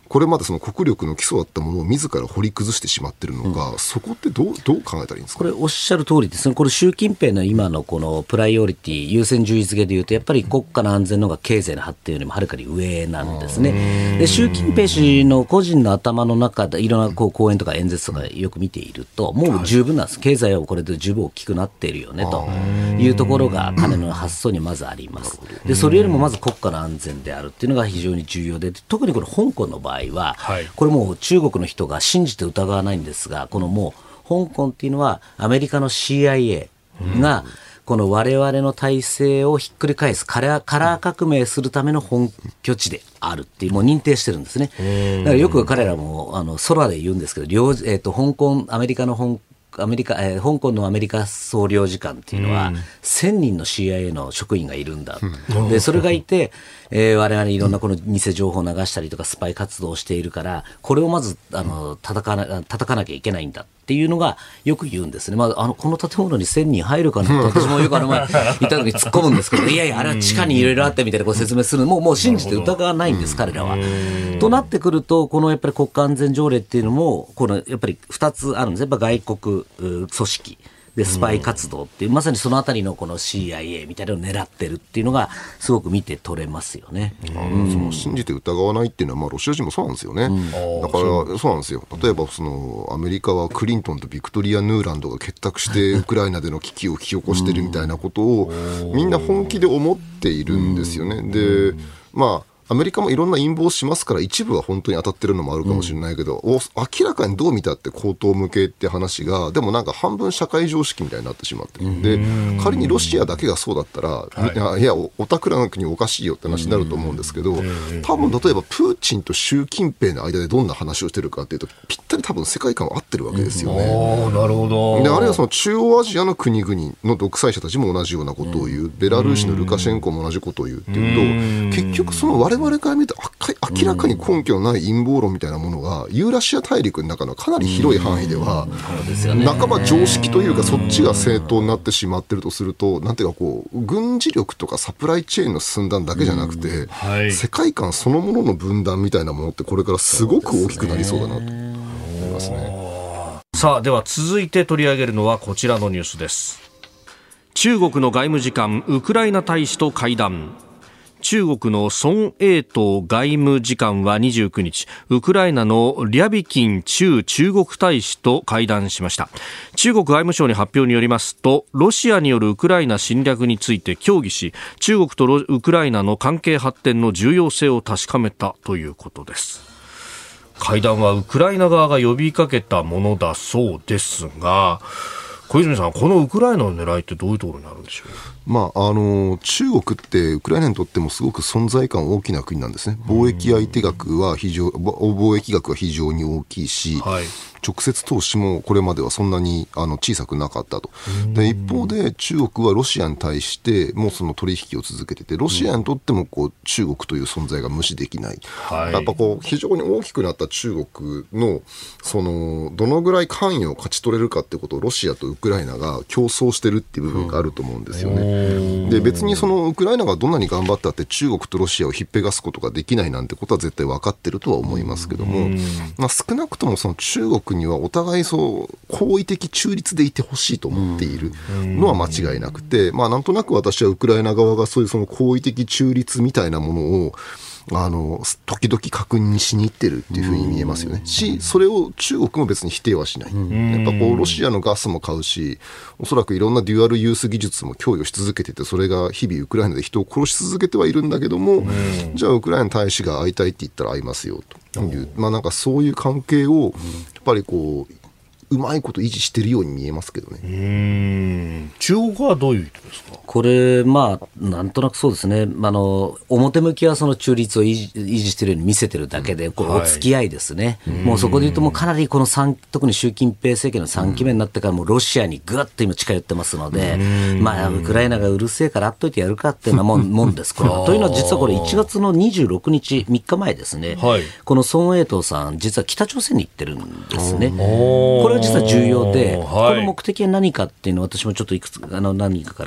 これまでその国力の基礎だったものを自ら掘り崩してしまっているのか、うん、そこってどう、どう考えたらいいんですか。 これおっしゃる通りですね。これ習近平の今のこのプライオリティ優先順位付けでいうとやっぱり国家の安全の方が経済の発展よりもはるかに上なんですね。で習近平氏の個人の頭の中でいろんなこう講演とか演説とかよく見ているともう十分なんです。経済はこれで十分大きくなっているよねというところが彼の発想にまずあります。でそれよりもまず国家の安全であるっていうのが非常に重要で、特にこれ香港の場合は、はい、これもう中国の人が信じて疑わないんですが、このもう香港っていうのはアメリカの シーアイエー がこの我々の体制をひっくり返すカラー、カラー革命するための本拠地であるっていうもう認定してるんですね。だからよく彼らもあの空で言うんですけど、両、えーと、香港アメリカの香アメリカ、えー、香港のアメリカ総領事館っていうのは、うん、せんにんの シーアイエー の職員がいるんだ、うん、でそれがいて、えー、我々いろんなこの偽情報を流したりとかスパイ活動をしているから、これをまずあの叩かな、叩かなきゃいけないんだっていうのがよく言うんですね。まあ、あのこの建物にせんにん入るかなと私もよくあの前いた時に突っ込むんですけどいやいやあれは地下にいろいろあってみたいなこう説明するのもう、もう信じて疑わないんです彼らは。となってくるとこのやっぱり国家安全条例っていうのもこのやっぱりふたつあるんです。やっぱ外国組織でスパイ活動っていう、まさにそのあたりのこの シーアイエー みたいなのを狙ってるっていうのがすごく見て取れますよね。 うん、その信じて疑わないっていうのはまあロシア人もそうなんですよね。うん、だからそうなんですよ。例えばそのアメリカはクリントンとビクトリア・ヌーランドが結託してウクライナでの危機を引き起こしてるみたいなことをみんな本気で思っているんですよね。で、まあアメリカもいろんな陰謀しますから一部は本当に当たってるのもあるかもしれないけど、うん、明らかにどう見たって口頭向けって話がでもなんか半分社会常識みたいになってしまってるんで、仮にロシアだけがそうだったら、はい、いやおたくらの国おかしいよって話になると思うんですけど、多分例えばプーチンと習近平の間でどんな話をしてるかっていうとぴったり多分世界観は合ってるわけですよね。 なるほど。 であるいはその中央アジアの国々の独裁者たちも同じようなことを言う、ベラルーシのルカシェンコも同じことを言うっていうと、結局その我々から見ると明らかに根拠のない陰謀論みたいなものがユーラシア大陸の中のかなり広い範囲では半ば常識というかそっちが正当になってしまっているとすると、なんていうかこう軍事力とかサプライチェーンの寸断だけじゃなくて、はい、世界観そのものの分断みたいなものってこれからすごく大きくなりそうだなと思いますね。 さあでは続いて取り上げるのはこちらのニュースです。中国の外務次官ウクライナ大使と会談。中国の孫衛東外務次官はにじゅうくにち、ウクライナのリャビキン駐中国大使と会談しました。中国外務省に発表によりますと、ロシアによるウクライナ侵略について協議し、中国とウクライナの関係発展の重要性を確かめたということです。会談はウクライナ側が呼びかけたものだそうですが、小泉さん、このウクライナの狙いってどういうところにあるんでしょう。 まあ、あの中国ってウクライナにとってもすごく存在感大きな国なんですね。貿易相手額は非常貿易額は非常に大きいし、はい、直接投資もこれまではそんなにあの小さくなかったと。で一方で中国はロシアに対してもうその取引を続けてて、ロシアにとってもこう中国という存在が無視できない、はい、やっぱこう非常に大きくなった中国のそのどのぐらい関与を勝ち取れるかってことをロシアとウクライナが競争してるっていう部分があると思うんですよね。で別にそのウクライナがどんなに頑張ったって中国とロシアをひっぺがすことができないなんてことは絶対分かってるとは思いますけども、まあ、少なくともその中国にはお互いそう好意的中立でいてほしいと思っているのは間違いなくて、まあ、なんとなく私はウクライナ側がそういうその好意的中立みたいなものをあの時々確認しに行ってるっていうふうに見えますよね。しそれを中国も別に否定はしない。やっぱこうロシアのガスも買うし、おそらくいろんなデュアルユース技術も供与し続けてて、それが日々ウクライナで人を殺し続けてはいるんだけども、じゃあウクライナ大使が会いたいって言ったら会いますよという、まあ、なんかそういう関係をやっぱりこううまいこと維持しているように見えますけどね。うーん、中国はどういう意図ですか。 これ、まあ、なんとなくそうですね、あの表向きはその中立を維持、維持しているように見せてるだけで、これお付き合いですね、はい、もうそこで言うともうかなりこのさん特に習近平政権のさんきめになってからもうロシアにぐっと今近寄ってますので、まあ、ウクライナがうるせえからあっといてやるかっていうのはもん、もんですこれというのは実はこれいちがつのにじゅうろくにちみっかまえですね、はい、この孫衛東さん実は北朝鮮に行ってるんですね。これは実は重要で、はい、この目的は何かっていうのを私もちょっといくつあの何かから確認し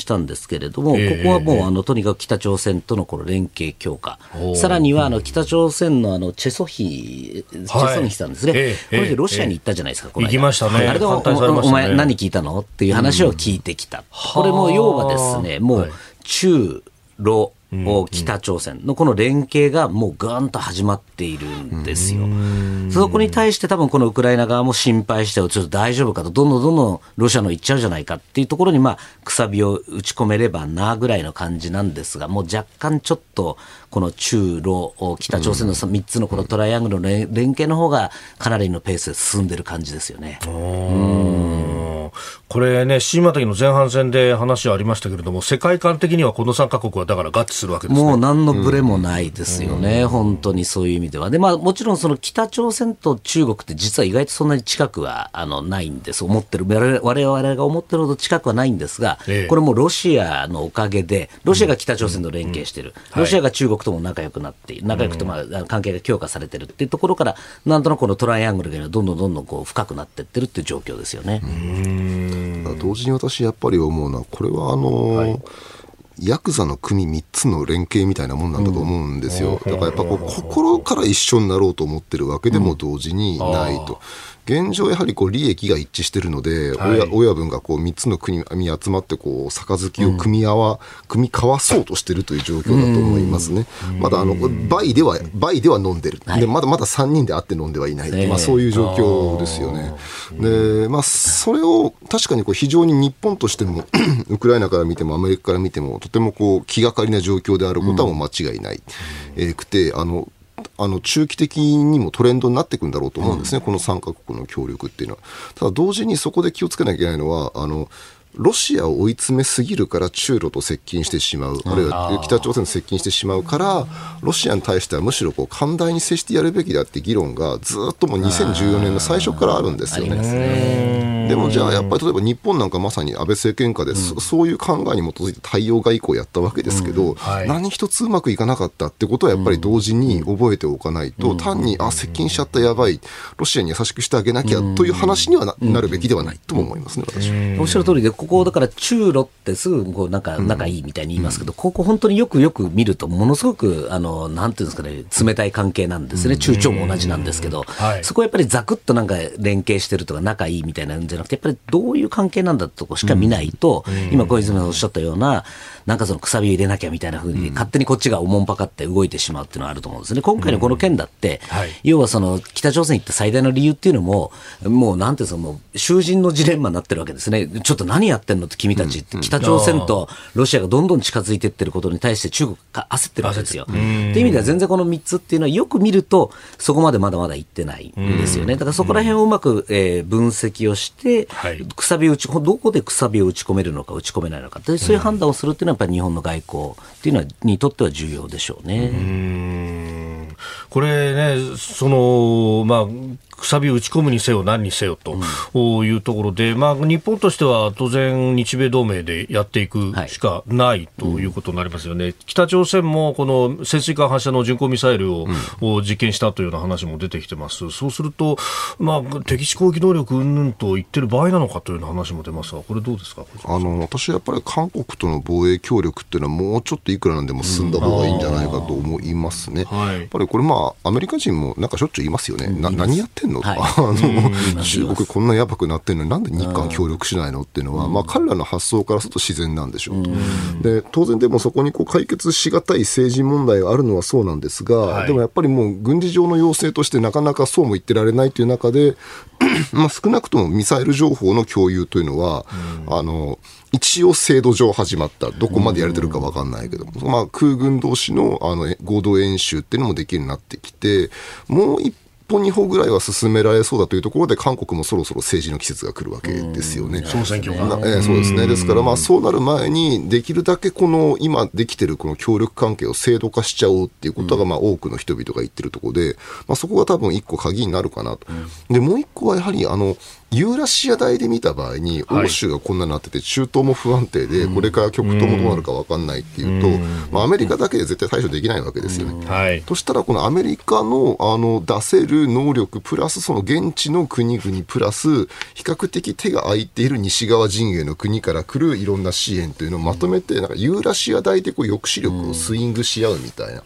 したんですけれども、えー、ここはもう、えー、あのとにかく北朝鮮とのこの連携強化、さらにはあの北朝鮮のあのチェソヒ、チェソンヒさんですね、はい、えー、この人ロシアに行ったじゃないですか、この間。 行きましたね。 あれで お, お, お前何聞いたのっていう話を聞いてきた、うん、これも要はですね、もう中ロ北朝鮮のこの連携がもうガーンと始まっているんですよ。そこに対して多分このウクライナ側も心配して、ちょっと大丈夫かと、どんどんどんどんロシアの行っちゃうじゃないかっていうところに、まあくさびを打ち込めればなぐらいの感じなんですが、もう若干ちょっとこの中ロ北朝鮮のみっつのこのトライアングルの連携の方がかなりのペースで進んでる感じですよね。うんこれね、新またぎの前半戦で話ありましたけれども、世界観的にはこのさんカ国はだから合致するわけですね。 もう何のブレもないですよね、うん、本当にそういう意味では。で、まあ、もちろんその北朝鮮と中国って実は意外とそんなに近くはあのないんです。思ってる我々が思ってるほど近くはないんですが、ええ、これもロシアのおかげで、ロシアが北朝鮮と連携している、うんうん、ロシアが中国とも仲良くなっている、仲良くとまあ関係が強化されているっていうところから、なんとなくこのトライアングルがどんどんどんどんこう深くなっていってるっていう状況ですよね。 うーん、同時に私やっぱり思うのは、これはあのーはい、ヤクザの組みっつの連携みたいなもんなんだと思うんですよ。だからやっぱこう心から一緒になろうと思ってるわけでも同時にないと。現状やはりこう利益が一致しているので、はい、親, 親分がこうみっつの国に集まってこう杯を組み合わ、うん、組み交わそうとしているという状況だと思いますね。まだあの倍では倍では飲んでる、はい、でまだまださんにんで会って飲んではいない、まあ、そういう状況ですよね。で、まあ、それを確かにこう非常に日本としてもウクライナから見てもアメリカから見てもとてもこう気がかりな状況であることはもう間違いない、うん、えー、くてあのあの中期的にもトレンドになっていくんだろうと思うんですね、うん、このさんカ国の協力っていうのは。ただ同時にそこで気をつけなきゃいけないのは、あのロシアを追い詰めすぎるから中ロと接近してしまう、あるいは北朝鮮と接近してしまうから、ロシアに対してはむしろこう寛大に接してやるべきだって議論がずっともうにせんじゅうよねんの最初からあるんですよね。でもじゃあやっぱり例えば日本なんかまさに安倍政権下で そ,、うん、そういう考えに基づいて対応外交をやったわけですけど、うん、はい、何一つうまくいかなかったってことはやっぱり同時に覚えておかないと、うん、単にあ接近しちゃったやばい、ロシアに優しくしてあげなきゃという話には な,、うん、なるべきではないとも思いますね、私。 おっしゃる通りで、ここだから中ロってすぐこうなんか仲いいみたいに言いますけど、うん、ここ本当によくよく見るとものすごくあのなんていうんですかね、冷たい関係なんですね、うん、中朝も同じなんですけど、はい、そこはやっぱりざくっとなんか連携してるとか仲いいみたいなんじゃなくて、やっぱりどういう関係なんだとこしか見ないと、うん、今小泉さんおっしゃったようななんかそのくさびを入れなきゃみたいな風に勝手にこっちがおもんぱかって動いてしまうっていうのはあると思うんですね。今回のこの件だって、うん、はい、要はその北朝鮮行った最大の理由っていうのも、もうなんていうんですか、もう囚人のジレンマになってるわけですね。ちょっと何やってんのって君たちって、うん、北朝鮮とロシアがどんどん近づいていってることに対して中国が焦ってるわけですよ。っていう意味では全然このみっつっていうのはよく見るとそこまでまだまだ行ってないんですよね。だからそこら辺をうまく、えー、分析をして、はい、くさびを打ちどこでくさびを打ち込めるのか打ち込めないのか、そういう判断をするっていうのはやっぱり日本の外交っていうのはにとっては重要でしょうね。うーん、これね、そのまあくさびを打ち込むにせよ何にせよというところで、うん、まあ、日本としては当然日米同盟でやっていくしかないということになりますよね、はい、うん、北朝鮮もこの潜水艦発射の巡航ミサイルを、うん、実験したというような話も出てきてます。そうすると、まあ、敵地攻撃能力云々と言ってる場合なのかというような話も出ますが、これどうですか。 あの私はやっぱり韓国との防衛協力っていうのはもうちょっといくらなんでも進んだ方がいいんじゃないかと思いますね、うん、はい、やっぱりこれまあアメリカ人もなんかしょっちゅう言いますよね、うん、な何やってんのとか、はい、あの中国こんなやばくなってるのになんで日韓協力しないのっていうのは、まあ、彼らの発想からすると自然なんでしょうと。で当然でもそこにこう解決しがたい政治問題があるのはそうなんですが、はい、でもやっぱりもう軍事上の要請としてなかなかそうも言ってられないという中でまあ少なくともミサイル情報の共有というのは、あの一応制度上始まった。どこまでやれてるか分かんないけども、まあ、空軍同士の、あの合同演習っていうのもできるようになってきて、もう一歩二歩ぐらいは進められそうだというところで、韓国もそろそろ政治の季節が来るわけですよね。 総選挙が、 えー、そうですね。ですから、まあ、そうなる前にできるだけこの今できてるこの協力関係を制度化しちゃおうっていうことが、まあ、多くの人々が言ってるところで、まあ、そこが多分一個鍵になるかなと。でもう一個はやはりあのユーラシア大で見た場合に欧州がこんなになってて中東も不安定でこれから極東もどうなるか分かんないっていうと、まあ、アメリカだけで絶対対処できないわけですよね。はい、としたらこのアメリカの、あの出せるる能力プラスその現地の国々プラス比較的手が空いている西側陣営の国から来るいろんな支援というのをまとめてなんかユーラシア大でこう抑止力をスイングし合うみたいな、うん、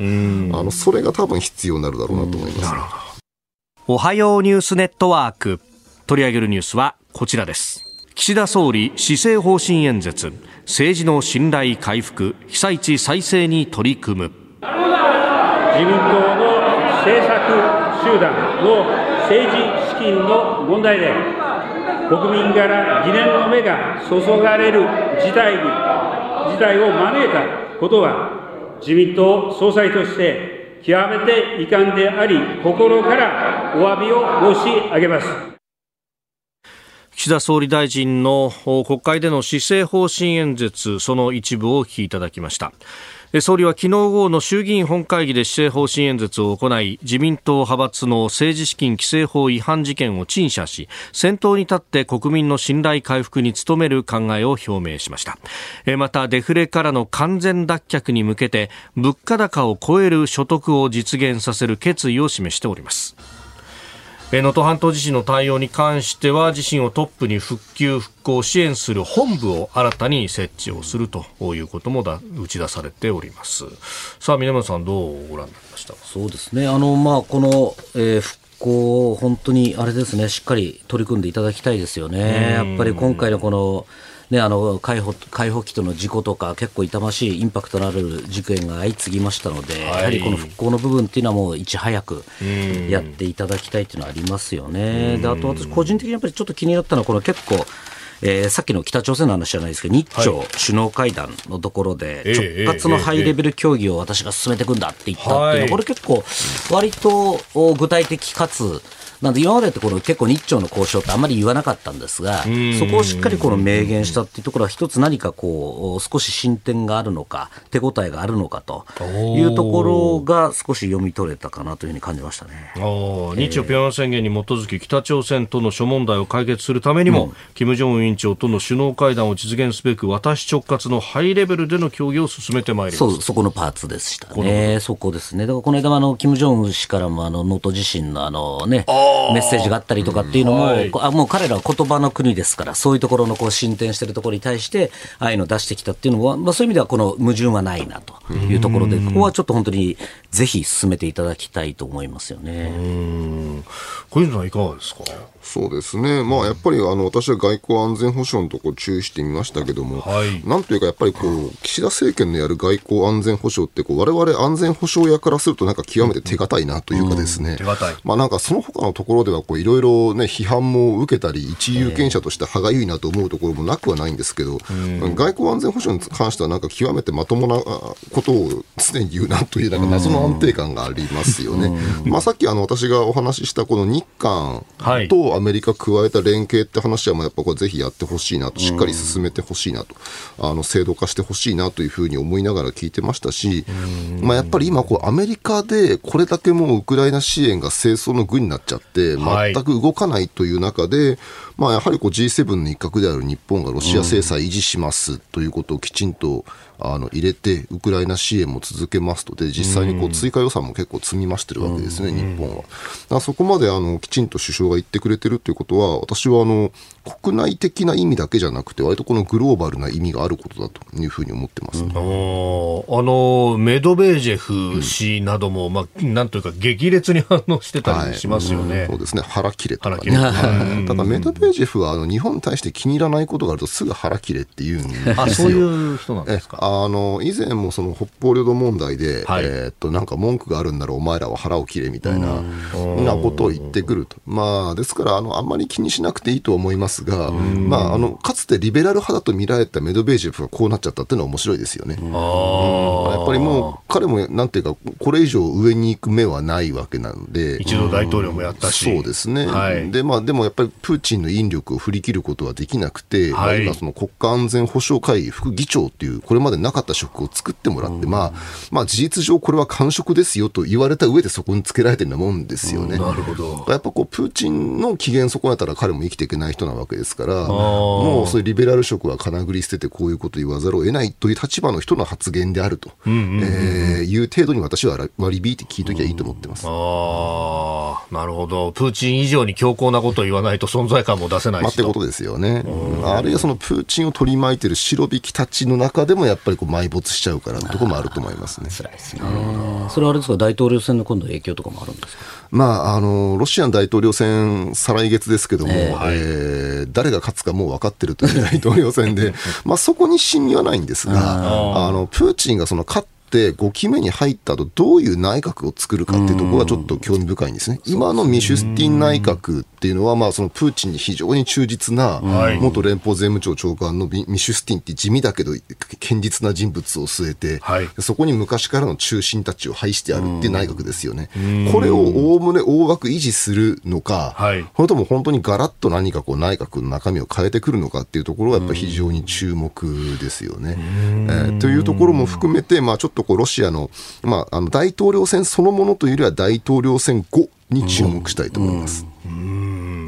あのそれが多分必要になるだろうなと思います。なるほど。おはようニュースネットワーク、取り上げるニュースはこちらです。岸田総理施政方針演説、政治の信頼回復、被災地再生に取り組む。 自民党の政策集団の政治資金の問題で国民から疑念の目が注がれる事態に事態を招いたことは自民党総裁として極めて遺憾であり、心からお詫びを申し上げます。 岸田総理大臣の国会での施政方針演説、その一部をお聞きいただきました。総理は昨日午後の衆議院本会議で施政方針演説を行い、自民党派閥の政治資金規正法違反事件を陳謝し、先頭に立って国民の信頼回復に努める考えを表明しました。またデフレからの完全脱却に向けて物価高を超える所得を実現させる決意を示しております。能登半島地震の対応に関しては自身をトップに復旧復興を支援する本部を新たに設置をするということもだ打ち出されております。さあ、南野さん、どうご覧になりました？ そうですね、あの、まあ、この、えー、復興本当にあれですね、しっかり取り組んでいただきたいですよね。やっぱり今回のこのね、あの海保、海保機との事故とか結構痛ましいインパクトのある事件が相次ぎましたので、はい、やはりこの復興の部分っていうのはもういち早くやっていただきたいっていうのはありますよね。で、あと私個人的にやっぱりちょっと気になったのはこの結構、えー、さっきの北朝鮮の話じゃないですけど、日朝首脳会談のところで直轄のハイレベル協議を私が進めていくんだって言ったっていうのは、これ結構割と具体的かつなんで今までってこの結構日朝の交渉ってあんまり言わなかったんですが、そこをしっかりこの明言したっていうところは一つ何かこう少し進展があるのか手応えがあるのかというところが少し読み取れたかなというふうに感じましたね。 お日朝平壌宣言に基づき北朝鮮との諸問題を解決するためにも、うん、金正恩委員長との首脳会談を実現すべく私直轄のハイレベルでの協議を進めてまいります。 そう、そこのパーツでしたね。そこですね。だからこの間もあの金正恩氏からもあの能登地震のあのねメッセージがあったりとかっていうのも、はい、あもう彼らは言葉の国ですから、そういうところのこう進展しているところに対してああいうのを出してきたっていうのは、まあ、そういう意味ではこの矛盾はないなというところで、ここはちょっと本当にぜひ進めていただきたいと思いますよね。うーん、小泉さんいかがですか？ そうですね、まあ、やっぱりあの私は外交安全保障のところ注意してみましたけども、はい、なんというかやっぱりこう岸田政権のやる外交安全保障ってこう我々安全保障屋からするとなんか極めて手堅いなというかですね、 うん、手堅い、 まあ、なんかその他のところではいろいろ批判も受けたり一有権者として歯がゆいなと思うところもなくはないんですけど、うん、外交安全保障に関してはなんか極めてまともなことを常に言うなというなんか謎の安定感がありますよね。うん、まあ、さっきあの私がお話ししたこの日韓とアメリカ加えた連携って話はもうやっぱこれぜひやってほしいなと、しっかり進めてほしいなと、あの制度化してほしいなというふうに思いながら聞いてましたし、まあ、やっぱり今こうアメリカでこれだけもうウクライナ支援が政争の具になっちゃって全く動かないという中で、まあ、やはりこう ジーセブン の一角である日本がロシア制裁維持しますということをきちんとあの入れてウクライナ支援も続けますとで実際にこう追加予算も結構積み増してるわけですね、日本は。だからそこまであのきちんと首相が言ってくれてるということは、私はあの国内的な意味だけじゃなくて割とこのグローバルな意味があることだというふうに思ってます、ね。 うん、あのメドベージェフ氏なども、うん、まあ、なんというか激烈に反応してたりしますよね。はい、うん、 そうですね、腹切れとかね。ただメドベージェフはあの日本に対して気に入らないことがあるとすぐ腹切れって言うんですよ。 あ、そういう人なんですか。 あの以前もその北方領土問題で、はい、えー、っとなんか文句があるんならお前らは腹を切れみたいななことを言ってくると。まあ、ですからあのあんまり気にしなくていいと思いますが、まあ、あのかつてリベラル派だと見られたメドベージェフがこうなっちゃったっていうのは面白いですよね。うん、やっぱりもう彼もなんていうかこれ以上上に行く目はないわけなので、 一度大統領もやったし、 そうですね、はい、でまあ、でもやっぱりプーチンの引力を振り切ることはできなくて、はい、まあ、今その国家安全保障会議副議長っていうこれまでなかった職を作ってもらって、まあまあ、事実上これは考感触ですよと言われた上でそこにつけられてるようなもんですよね。 なるほど。 やっぱこうプーチンの機嫌損ねたら彼も生きていけない人なわけですから、もうそういうリベラル色はかなぐり捨ててこういうことを言わざるを得ないという立場の人の発言であると、うんうんうんうん、えー、いう程度に私は割り引いて聞いときゃいいと思ってます。 うん、あなるほど。プーチン以上に強硬なことを言わないと存在感も出せないしと、 まあ、ってことですよね。あるいはそのプーチンを取り巻いているシロビキたちの中でもやっぱりこう埋没しちゃうからところもあると思いますね。 辛いですね。それはあれですか、大統領選の今度影響とかもあるんですか。 まあ、あのロシアの大統領選再来月ですけども、えーえー、誰が勝つかもう分かってるという大統領選でまあそこに真偽はないんですが、あのプーチンがその勝ってでごきめに入った後どういう内閣を作るかっていうところがちょっと興味深いんですね。今のミシュスティン内閣っていうのは、まあそのプーチンに非常に忠実な元連邦税務庁長官のミシュスティンって地味だけど堅実な人物を据えて、はい、そこに昔からの中心たちを配してあるっていう内閣ですよね。これをおおむね大枠維持するのか、はい、それとも本当にガラッと何かこう内閣の中身を変えてくるのかっていうところがやっぱり非常に注目ですよね。えー、というところも含めて、まあちょっとこうロシアの、まあ、あの大統領選そのものというよりは大統領選後に注目したいと思います。 うんうん、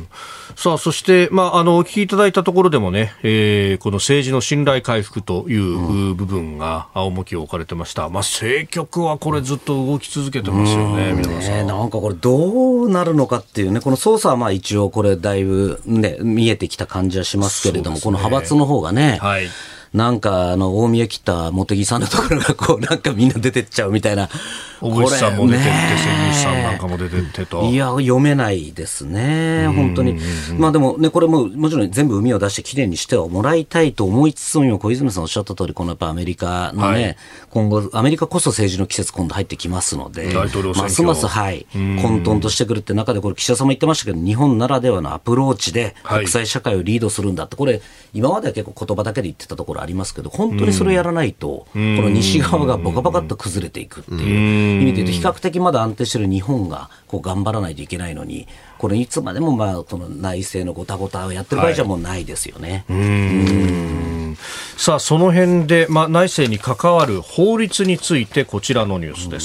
さあそして、まあ、あのお聞きいただいたところでもね、えー、この政治の信頼回復という部分が重きを置かれてました。まあ、政局はこれずっと動き続けてますよね。皆さん、 なんかこれどうなるのかっていうね、この捜査はまあ一応これだいぶ、ね、見えてきた感じはしますけれども、ね、この派閥の方がね、はい、なんかあの大宮切った茂木さんのところがこうなんかみんな出てっちゃうみたいな、 小渕さんも出てって関口さんなんかも出てってと、 いや読めないですね本当に。まあでもねこれももちろん全部海を出してきれいにしてはもらいたいと思いつつも、今小泉さんおっしゃった通り、このやっぱアメリカのね、はい、今後アメリカこそ政治の季節今度入ってきますので、 大統領選挙ますますはい混沌としてくるって中で、これ岸田さんも言ってましたけど、日本ならではのアプローチで国際社会をリードするんだって、これ今までは結構言葉だけで言ってたところありますけど、本当にそれをやらないと、この西側がボカボカっと崩れていくっていう意味で言うと、比較的まだ安定している日本がこう頑張らないといけないのに、これいつまでもまあこの内政のごたごたをやってる場合じゃもうないですよね。はい、うーんさあその辺で、まあ、内政に関わる法律についてこちらのニュースです。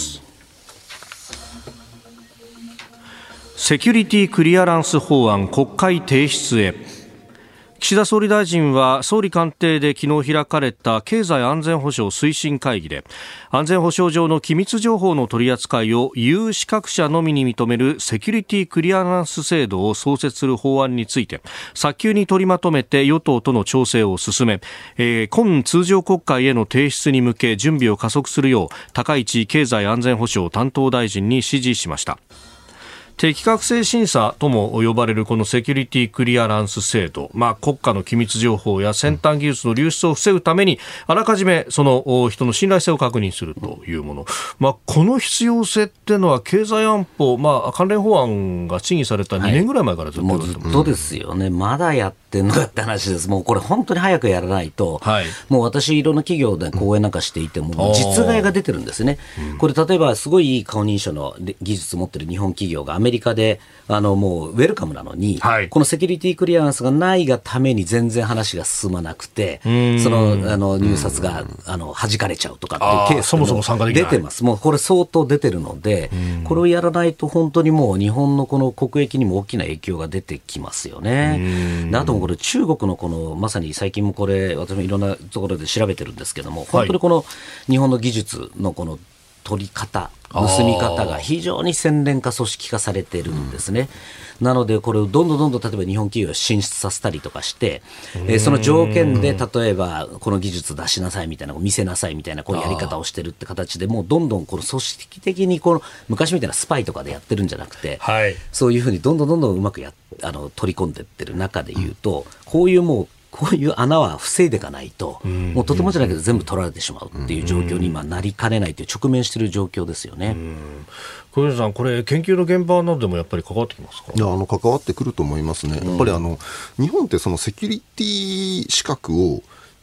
セキュリティクリアランス法案国会提出へ。岸田総理大臣は総理官邸で昨日開かれた経済安全保障推進会議で、安全保障上の機密情報の取り扱いを有資格者のみに認めるセキュリティクリアランス制度を創設する法案について早急に取りまとめて与党との調整を進め、えー、今通常国会への提出に向け準備を加速するよう高市経済安全保障担当大臣に指示しました。適格性審査とも呼ばれるこのセキュリティクリアランス制度、まあ、国家の機密情報や先端技術の流出を防ぐためにあらかじめその人の信頼性を確認するというもの、まあ、この必要性っていうのは経済安保、まあ、関連法案が審議されたにねんぐらい前からずっと言われてます、 はい、もうずっとですよね。まだやってんのかって話です。もうこれ本当に早くやらないと、はい、もう私いろんな企業で講演なんかしていても実害が出てるんですね。これ例えばすごいいい顔認証の技術を持ってる日本企業がアメリカであのもうウェルカムなのに、はい、このセキュリティクリアランスがないがために全然話が進まなくて、そのあの入札があの弾かれちゃうとかっていうケースも出てます。もうこれ相当出てるので、これをやらないと本当にもう日本のこの国益にも大きな影響が出てきますよね。であともこれ中国のこのまさに最近もこれ私もいろんなところで調べてるんですけども、本当にこの日本の技術のこの取り方盗み方が非常に洗練化組織化されてるんですね。なのでこれをどんどんどんどん例えば日本企業を進出させたりとかして、えー、その条件で例えばこの技術出しなさいみたいな見せなさいみたいなこうやり方をしてるって形でもうどんどんこの組織的にこの昔みたいなスパイとかでやってるんじゃなくて、はい、そういうふうにどんどんどんどんうまくやあの取り込んでってる中で言うと、こういうもうこういう穴は防いでいかないと、もうとてもじゃないけど全部取られてしまうっていう状況に今なりかねないという直面している状況ですよね。 小泉さん、これ研究の現場などでもやっぱり関わってきますか？ いやあの関わってくると思いますね。やっぱりあの日本ってそのセキュリティ資格を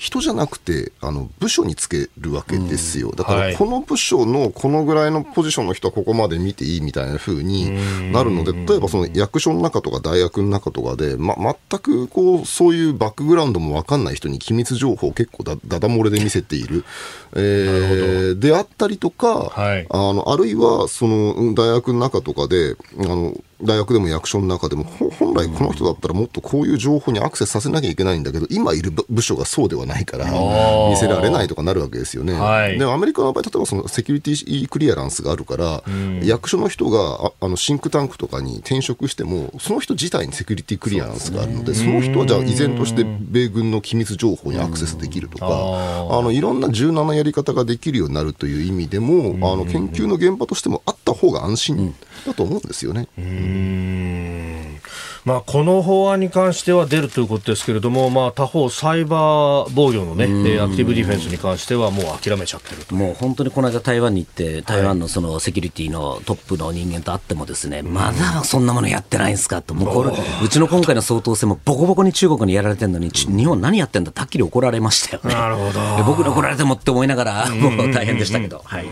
人じゃなくてあの部署につけるわけですよ。だからこの部署のこのぐらいのポジションの人はここまで見ていいみたいな風になるので、例えばその役所の中とか大学の中とかで、ま、全くこうそういうバックグラウンドも分かんない人に機密情報を結構だだだ漏れで見せている、えー、であったりとか、はい、あのあるいはその大学の中とかであの大学でも役所の中でも本来この人だったらもっとこういう情報にアクセスさせなきゃいけないんだけど今いる部署がそうではないから見せられないとかなるわけですよね、はい、でアメリカの場合例えばそのセキュリティクリアランスがあるから、うん、役所の人が あ, あのシンクタンクとかに転職してもその人自体にセキュリティクリアランスがあるので そ, で、ね、その人はじゃあ依然として米軍の機密情報にアクセスできるとか、うん、ああのいろんな柔軟なやり方ができるようになるという意味でも、うん、あの研究の現場としてもあった方が安心だと思うんですよね、うんうんまあ、この法案に関しては出るということですけれども、まあ、他方サイバー防御の、ね、アクティブディフェンスに関してはもう諦めちゃってると。 もう本当にこの間台湾に行って台湾のそのセキュリティのトップの人間と会ってもですね、はい、まだそんなものやってないんですかと。もうこれうちの今回の総統選もボコボコに中国にやられてるのに日本何やってんだってはっきり怒られましたよね。 なるほど。 僕に怒られてもって思いながらもう大変でしたけど、はい。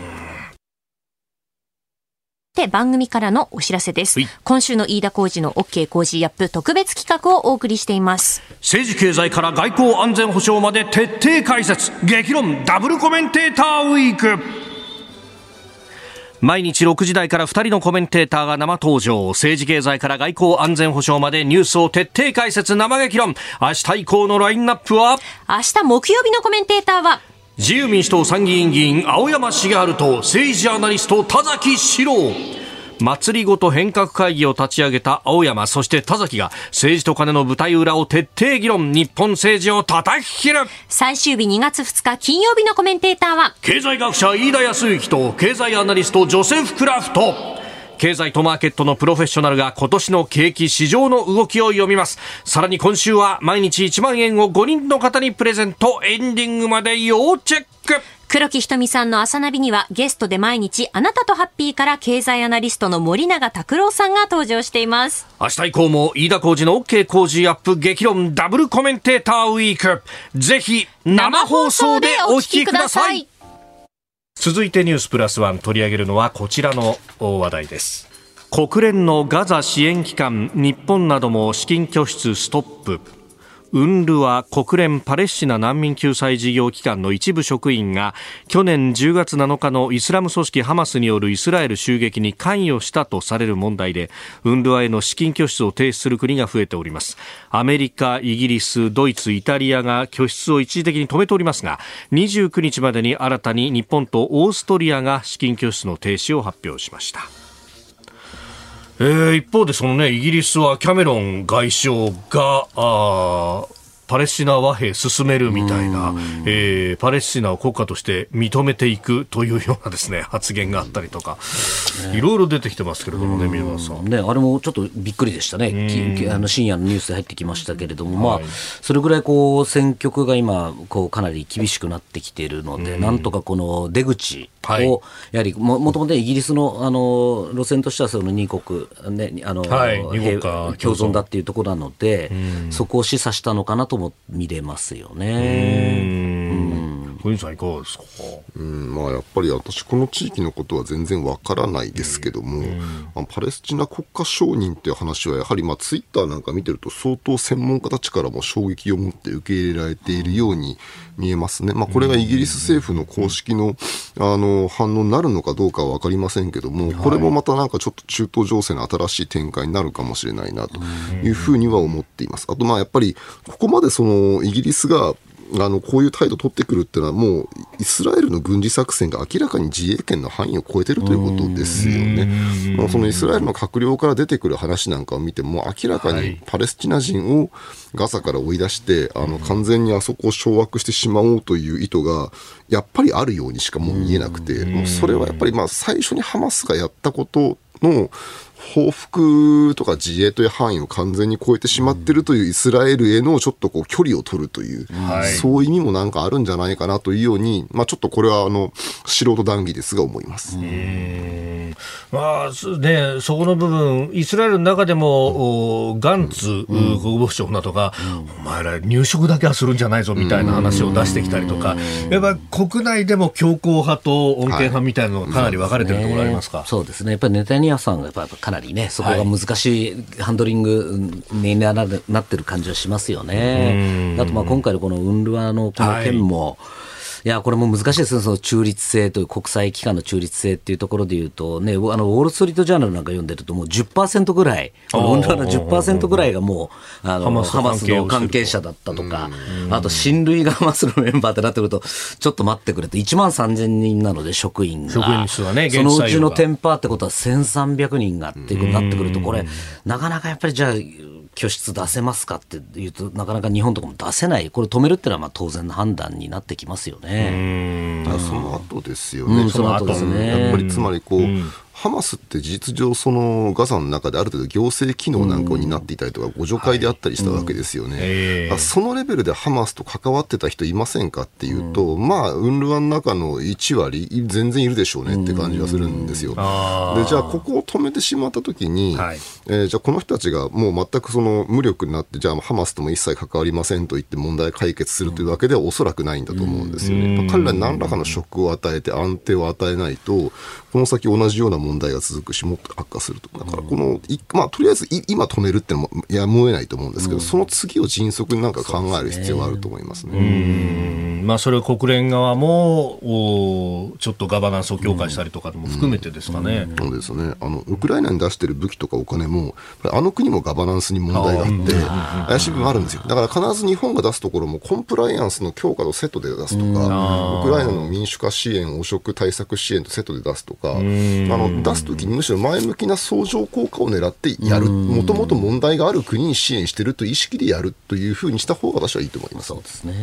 で番組からのお知らせです。今週の飯田浩司の OK 工事アップ特別企画をお送りしています。 政治経済から外交安全保障まで徹底解説激論ダブルコメンテーターウィーク。毎日ろくじ台からふたりのコメンテーターが生登場。政治経済から外交安全保障までニュースを徹底解説生激論。明日以降のラインナップは、 明日木曜日のコメンテーターは自由民主党参議院議員青山茂春と政治ジャーナリスト田崎史郎。祭りごと変革会議を立ち上げた青山そして田崎が政治と金の舞台裏を徹底議論。日本政治を叩き切る。 最終日にがつふつか金曜日のコメンテーターは経済学者飯田康之と経済アナリストジョセフ・クラフト。経済とマーケットのプロフェッショナルが今年の景気市場の動きを読みます。さらに今週は毎日いちまんえんをごにんの方にプレゼント。エンディングまで要チェック。 黒木ひとみさんの朝ナビにはゲストで毎日あなたとハッピーから経済アナリストの森永卓郎さんが登場しています。 明日以降も飯田浩司の OK 工事アップ激論ダブルコメンテーターウィーク。ぜひ生放送でお聞きください。続いてニュースプラスワン取り上げるのはこちらの話題です。国連のガザ支援機関日本なども資金拠出ストップ。ウンルワ国連パレスチナ難民救済事業機関の一部職員が去年じゅうがつなのかのイスラム組織ハマスによるイスラエル襲撃に関与したとされる問題で、ウンルワへの資金拠出を停止する国が増えております。アメリカ、イギリス、ドイツ、イタリアが拠出を一時的に止めておりますが、にじゅうくにちまでに新たに日本とオーストリアが資金拠出の停止を発表しました。えー、一方でその、ね、イギリスはキャメロン外相があパレスチナ和平進めるみたいな、えー、パレスチナを国家として認めていくというようなですね発言があったりとか、ね、いろいろ出てきてますけれどもね、宮本さん、 ね、あれもちょっとびっくりでしたね。あの深夜のニュースで入ってきましたけれども、はい、まあ、それぐらいこう選挙区が今こうかなり厳しくなってきているので、なんとかこの出口を、はい、やはり も, もともとイギリス の, あの路線としてはそのに国、ね、あの、はい、平共存だっていうところなので、そこを示唆したのかなとも見れますよね。 小西さんいかがですか。 うん、まあ、やっぱり私この地域のことは全然わからないですけども、あのパレスチナ国家承認っていう話はやはりまあツイッターなんか見てると相当専門家たちからも衝撃を持って受け入れられているように見えますね。まあ、これがイギリス政府の公式の、あの反応になるのかどうかは分かりませんけども、これもまたなんかちょっと中東情勢の新しい展開になるかもしれないなというふうには思っています。あとまあやっぱりここまでそのイギリスがあのこういう態度を取ってくるっていうのはもうイスラエルの軍事作戦が明らかに自衛権の範囲を超えているということですよね。まあ、そのイスラエルの閣僚から出てくる話なんかを見ても明らかにパレスチナ人をガザから追い出してあの完全にあそこを掌握してしまおうという意図がやっぱりあるようにしかもう見えなくて、もうそれはやっぱりまあ最初にハマスがやったことの報復とか自衛という範囲を完全に超えてしまっているというイスラエルへのちょっとこう距離を取るという、はい、そういう意味もなんかあるんじゃないかなというように、まあ、ちょっとこれはあの素人談義ですが思います。 うーんまあね、そこの部分イスラエルの中でも、うん、ガンツ、うん、国防相などが、うん、お前ら入植だけはするんじゃないぞみたいな話を出してきたりとか、うん、やっぱ国内でも強硬派と穏健派みたいなのがかなり分かれてるところありますか。はい、 そうですね、やっぱりネタニヤフさんがやっぱかなりね、そこが難しいハンドリングになってる感じはしますよね。あとまあ今回のこのウンルワのこの件も、はい、いやこれも難しいですね。その中立性という国際機関の中立性っていうところでいうとね、あのウォール・ストリート・ジャーナルなんか読んでるともう じゅっパーセント ぐらい、このウンルワの じゅっパーセント ぐらいがもうあのハマスの関係者だったとか、あと親類がハマスのメンバーってなってくるとちょっと待ってくれと、いちまんさんぜんにんなので職員が、職員数はね、そのうちの じゅっパーセント ってことはせんさんびゃくにんがっていうことになってくると、これなかなかやっぱりじゃあ拠出出せますかっていうとなかなか日本とかも出せない、これ止めるっていうのはまあ当然の判断になってきますよね。 うん、その後ですよね、 うん、その後ですね。 やっぱりつまりこう、うん、ハマスって事実上そのガザの中である程度行政機能なんかを担っていたりとか互助会であったりしたわけですよね。はい、うん、そのレベルでハマスと関わってた人いませんかっていうと、うん、まあウンルワの中のいちわり全然いるでしょうねって感じがするんですよ。うん、でじゃあここを止めてしまった時に、はい、えー、じゃあこの人たちがもう全くその無力になってじゃあハマスとも一切関わりませんと言って問題解決するというわけではおそらくないんだと思うんですよね。うん、彼らに何らかのショックを与えて安定を与えないとこの先同じような問題が続くしもっと悪化すると。だからこの、まあ、とりあえず今止めるってのもやむを得ないと思うんですけど、うん、その次を迅速になんか考える必要があると思いますね。 うん、まあ、それを国連側もちょっとガバナンスを強化したりとかも含めてですかね。 うんうん、そうですね。あのウクライナに出している武器とかお金もあの国もガバナンスに問題があって怪しい部分あるんですよ。だから必ず日本が出すところもコンプライアンスの強化とセットで出すとか、ウクライナの民主化支援、汚職対策支援とセットで出すとか、あの出すときにむしろ前向きな相乗効果を狙ってやる、もともと問題がある国に支援しているという意識でやるというふうにした方が私はいいと思います。 そうですね。 うん、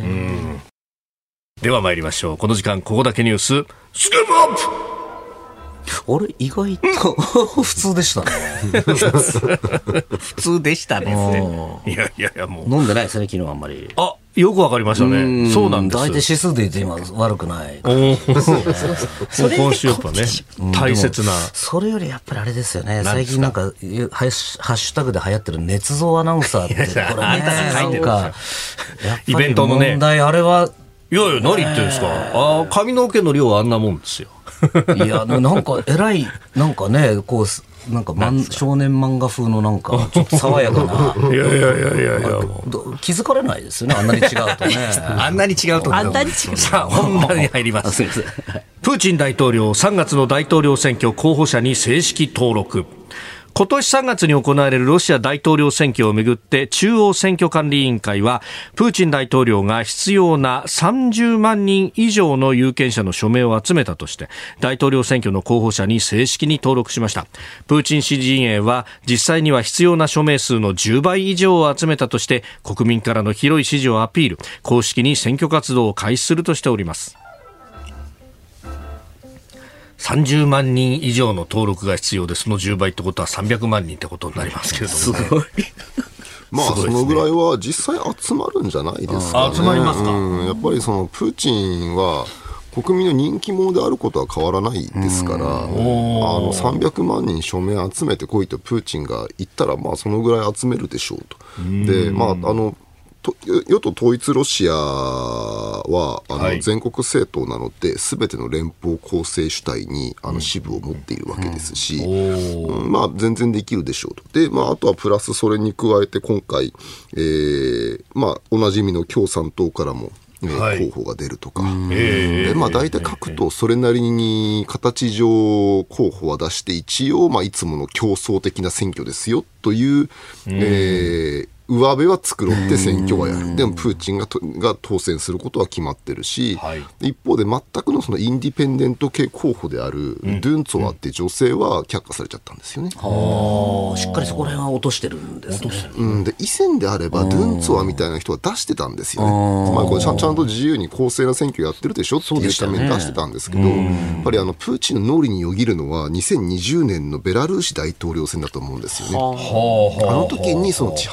では参りましょう。この時間ここだけニューススクープアップ。 あれ意外と普通でしたね。 普通でしたね。いやいやいやもう飲んでないですね昨日あんまり。 あ、よくわかりましたね。そうなんです。 大体指数で言って今悪くない。 今週やっぱね大切な。 それよりやっぱりあれですよね。最近なんかハッシュタグで流行ってる捏造アナウンサーってこれね、なんかイベントのね問題あれは。 いやいや何言ってるんですか。あ、髪の毛の量はあんなもんですよ。 いやなんか偉いなんかねこうなんか少年漫画風のなんかちょっと爽やかな。 いやいやいやいやいや気づかれないですよね。あんなに違うとね。 あんなに違うと。 あんなに違う。 さあ本題に入ります。プーチン大統領さんがつの大統領選挙候補者に正式登録。今年さんがつに行われるロシア大統領選挙をめぐって中央選挙管理委員会はプーチン大統領が必要なさんじゅうまんにん以上の有権者の署名を集めたとして大統領選挙の候補者に正式に登録しました。プーチン支持陣営は実際には必要な署名数のじゅうばい以上を集めたとして国民からの広い支持をアピール、公式に選挙活動を開始するとしております。さんじゅうまんにん以上の登録が必要でそのじゅうばいってことはさんびゃくまんにんってことになりますけれども、ね、 すごいまあ、ね、そのぐらいは実際集まるんじゃないですかね。 集まりますか。 うん、やっぱりそのプーチンは国民の人気者であることは変わらないですから、あのさんびゃくまんにん署名集めてこいとプーチンが言ったらまあそのぐらい集めるでしょうと。で、まあ、あの与党統一ロシアはあの全国政党なので全ての連邦構成主体にあの支部を持っているわけですし、うんうん、まあ、全然できるでしょうと。で、まあ、あとはプラスそれに加えて今回、えーまあ、おなじみの共産党からもはい、候補が出るとか、でまあ、大体各党それなりに形上候補は出して一応、まあ、いつもの競争的な選挙ですよという、えー上辺は作ろうって選挙はやる。でもプーチンがとが当選することは決まってるし、はい、一方で全くのそのインディペンデント系候補であるドゥンツォワって女性は却下されちゃったんですよね。 はあ、しっかりそこら辺は落としてるんですね。 うん、で以前であればドゥンツォワみたいな人は出してたんですよね。まあ、これちゃんちゃんと自由に公正な選挙やってるでしょっていうために出してたんですけど、やっぱりあのプーチンの脳裏によぎるのはにせんにじゅうねんのベラルーシ大統領選だと思うんですよね。はあ、あの時にそのチハノウス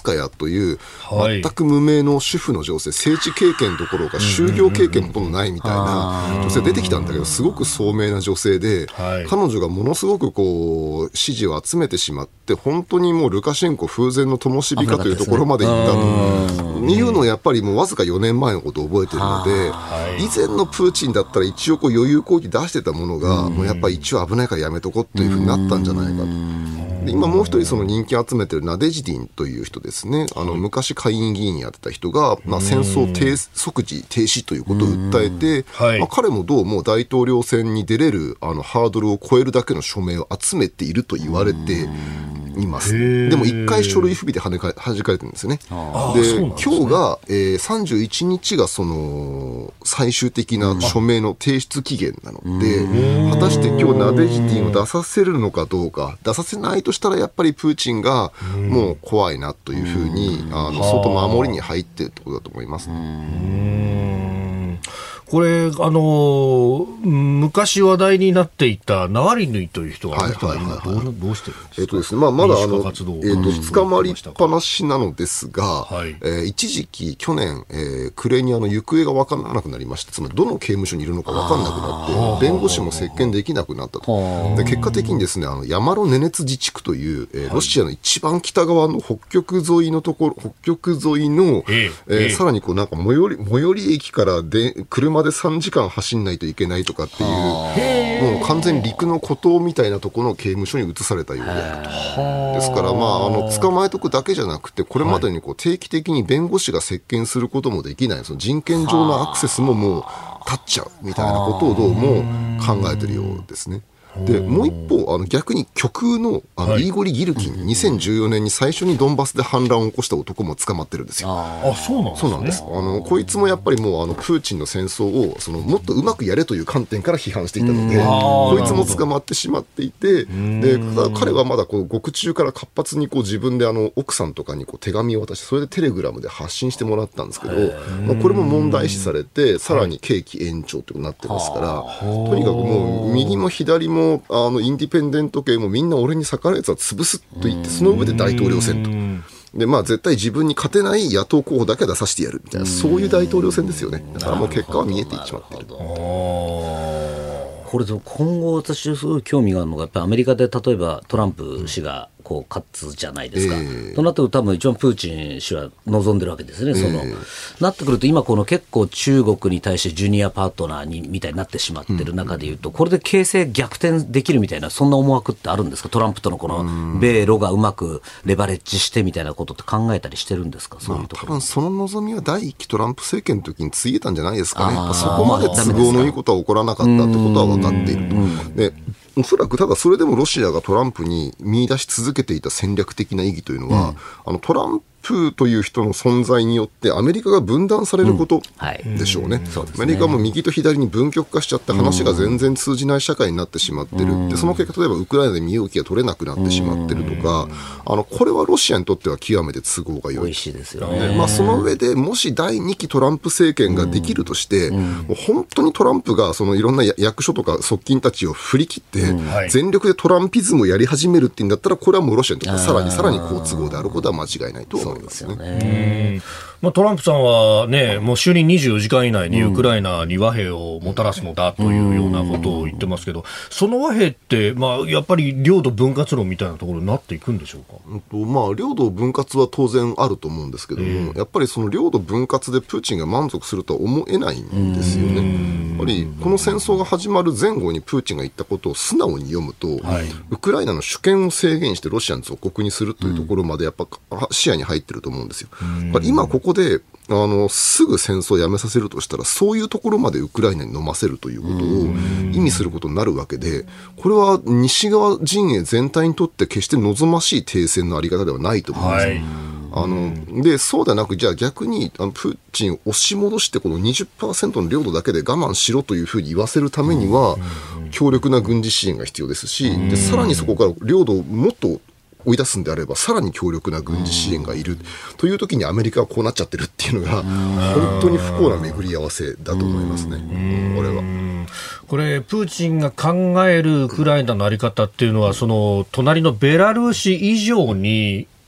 カヤという全く無名の主婦の女性、政治経験どころか就業経験もほとんどないみたいな女性出てきたんだけど、すごく聡明な女性で、はい、彼女がものすごくこう支持を集めてしまって、本当にもうルカシェンコ風前の灯火かというところまで行ったというのをやっぱりもうわずかよねんまえのことを覚えているので、はい、以前のプーチンだったら一応こう余裕講義出してたものが、もうやっぱり一応危ないからやめとこうというふうになったんじゃないかと。で今もう一人その人気を集めているナデジディンという人ですね、あの昔下院議員やってた人が、まあ、戦争停即時停止ということを訴えて、はい、まあ、彼もどうも大統領選に出れるあのハードルを超えるだけの署名を集めていると言われています。でも一回書類不備ではねか弾かれてるんですよね。で今日が、えー、さんじゅういちにちがその最終的な署名の提出期限なので、果たして今日ナデジディンを出させるのかどうか、出させないとしたらやっぱりプーチンがもう怖いなというふうにあの相当守りに入っているということだと思います、ね。うーん、これあの昔話題になっていたナワリヌイという人が、はいはいはいはい、どう、どうしてるんですか。 えーとですね、まあ、まだあの、えー、と捕まりっぱなしなのですが、はい、えー、一時期去年、えー、暮れにあの行方が分からなくなりました。つまりどの刑務所にいるのか分からなくなって弁護士も接見できなくなったと。で結果的にですね、あのヤマロネネツ自治区という、えー、ロシアの一番北側の北極沿いのところ、北極沿いの、えーえー、さらにこうなんか最寄り、最寄り駅からで車でさんじかん走んないといけないとかっていう、もう完全に陸の孤島みたいなところの刑務所に移されたようであると。ですから、まあ、あの捕まえとくだけじゃなくて、これまでにこう定期的に弁護士が接見することもできない、その人権上のアクセスももう立っちゃうみたいなことをどうも考えているようですね。でもう一方、あの逆に極右 の, あの、はい、イーゴリ・ギルキン、にせんじゅうよねんに最初にドンバスで反乱を起こした男も捕まってるんですよ。 あ、そうなんですね。 そうなんです。あのこいつもやっぱりもうあのプーチンの戦争をそのもっとうまくやれという観点から批判していたので、こいつも捕まってしまっていて、でただ彼はまだこう獄中から活発にこう自分であの奥さんとかにこう手紙を渡して、それでテレグラムで発信してもらったんですけど、まあ、これも問題視されて、さらに刑期延長ということになってますから、とにかくもう右も左もあのインディペンデント系もみんな俺に逆らうやつは潰すと言って、その上で大統領選と。でまあ、絶対自分に勝てない野党候補だけは出させてやるみたいな、そういう大統領選ですよね。だからもう結果は見えてしまっている。 これ今後私すごい興味があるのが、やっぱりアメリカで例えばトランプ氏がこう勝つじゃないですか、えー、となってくると多分一番プーチン氏は望んでるわけですね。その、えー、なってくると今この結構中国に対してジュニアパートナーにみたいになってしまってる中でいうと、これで形勢逆転できるみたいな、そんな思惑ってあるんですか。トランプとのこの米ロがうまくレバレッジしてみたいなことって考えたりしてるんですか。そういうところ、 まあ、多分その望みは第一期トランプ政権の時についえたんじゃないですかね。そこまで都合のいいことは起こらなかったってことは分かっていると。でおそらくただそれでもロシアがトランプに見出し続けていた戦略的な意義というのは、うん、あのトランプという人の存在によってアメリカが分断されることでしょうね。アメリカも右と左に分極化しちゃって話が全然通じない社会になってしまってる、うん、でその結果例えばウクライナで身動きが取れなくなってしまってるとか、うん、あのこれはロシアにとっては極めて都合が良い。 美味しいですよね。 まあ、その上でもしだいにきトランプ政権ができるとして、うん、もう本当にトランプがそのいろんな役所とか側近たちを振り切って、うん、全力でトランピズムをやり始めるっていうんだったら、これはもうロシアにとってさらにさらに好都合であることは間違いないと思いますね。 まあ、トランプさんは、ね、もう就任にじゅうよじかん以内にウクライナに和平をもたらすのだというようなことを言ってますけど、その和平って、まあ、やっぱり領土分割論みたいなところになっていくんでしょうか。 うんとまあ、領土分割は当然あると思うんですけども、えー、やっぱりその領土分割でプーチンが満足するとは思えないんですよね。やっぱりこの戦争が始まる前後にプーチンが言ったことを素直に読むと、はい、ウクライナの主権を制限してロシアの属国にするというところまでやっぱ視野に入ってると思うんですよ。今ここであのすぐ戦争をやめさせるとしたら、そういうところまでウクライナに飲ませるということを意味することになるわけで、これは西側陣営全体にとって決して望ましい停戦のあり方ではないと思うんですよ。はい、あのでそうではなく、じゃあ逆にあのプーチンを押し戻してこの にじゅっパーセント の領土だけで我慢しろというふうに言わせるためには強力な軍事支援が必要ですし、でさらにそこから領土をもっと追い出すんであればさらに強力な軍事支援がいるという時にアメリカはこうなっちゃってるっていうのが本当に不幸な巡り合わせだと思いますね。これはこれプーチンが考えるウクライナの在り方っていうのは、その隣のベラルーシ以上に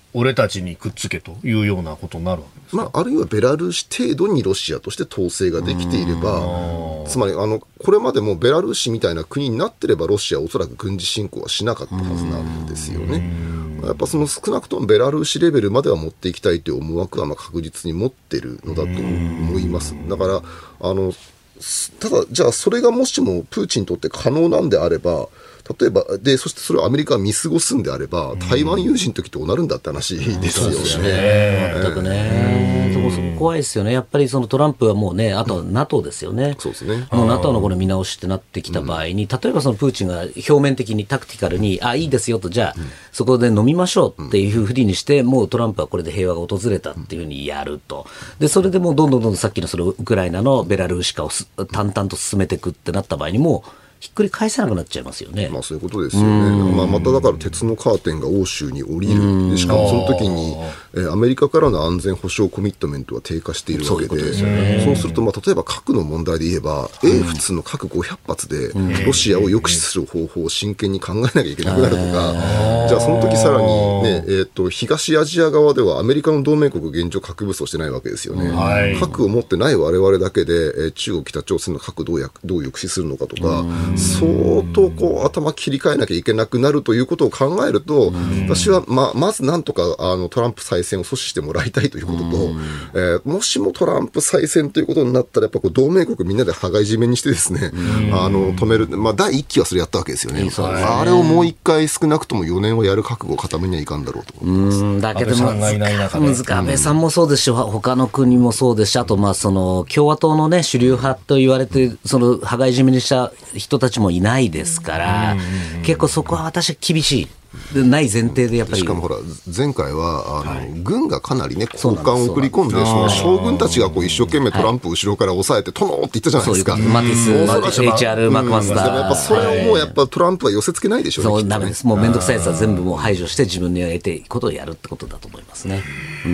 俺たちにくっつけというようなことになるわけですか。 まあ、あるいはベラルーシ程度にロシアとして統制ができていれば、つまりあのこれまでもベラルーシみたいな国になってればロシアはおそらく軍事侵攻はしなかったはずなんですよね。やっぱその少なくともベラルーシレベルまでは持っていきたいという思惑はまあ確実に持っているのだと思います。だからあのただじゃあそれがもしもプーチンにとって可能なんであれば、例えばでそしてそれをアメリカが見過ごすんであれば、台湾有事の時どうなるんだって話ですよね。そうね、全くね、そこそこ怖いですよね。やっぱりそのトランプはもうね、あとは NATO ですよね。 そうですね。 もう NATO のこの見直しってなってきた場合に、例えばそのプーチンが表面的にタクティカルにあいいですよと、じゃあ、うん、そこで飲みましょうっていうふうにして、もうトランプはこれで平和が訪れたっていうふうにやると。でそれでもうどんどんどんどんさっきのそのウクライナのベラルーシ化を淡々と進めていくってなった場合にもうひっくり返せなくなっちゃいますよね。 まあ、そういうことですよね。まあ、まただから鉄のカーテンが欧州に降りる。でしかもその時に、えー、アメリカからの安全保障コミットメントは低下しているわけ で, そう, うでそうすると、まあ、例えば核の問題で言えば、うん、英仏の核ごひゃく発でロシアを抑止する方法を真剣に考えなきゃいけなくなるとか、じゃあその時さらに、ねえー、と東アジア側ではアメリカの同盟国現状核武装してないわけですよね。はい、核を持ってない我々だけで、えー、中国北朝鮮の核どうやどう抑止するのかとか、相当こう頭切り替えなきゃいけなくなるということを考えると、私は ま, まずなんとかあのトランプ再選を阻止してもらいたいということと、えー、もしもトランプ再選ということになったらやっぱこう同盟国みんなで羽交い締めにしてですね、あの止める、まあ、だいいっきはそれやったわけですよね。あれをもういっかい少なくともよねんはやる覚悟を固めにはいかんだろうと思います。 うんだけども安倍さんもそうですし、他の国もそうですし、あとまあその共和党の、ね、主流派と言われてその羽交い締めにした人たちもいないですから、結構そこは私は厳しいない前提でやっぱり。 しかもほら前回はあの、はい、軍がかなりね高官を送り込んで、その将軍たちがこう一生懸命トランプを後ろから抑えて、はい、殿って言ったじゃないですか。 マティス、マティス、エイチアール、マクマスター。 でもやっぱそれをもうやっぱトランプは寄せ付けないでしょうね。 そうダメです。もうめんどくさいやつは全部もう排除して自分に得ていくことをやるってことだと思いますね。うん。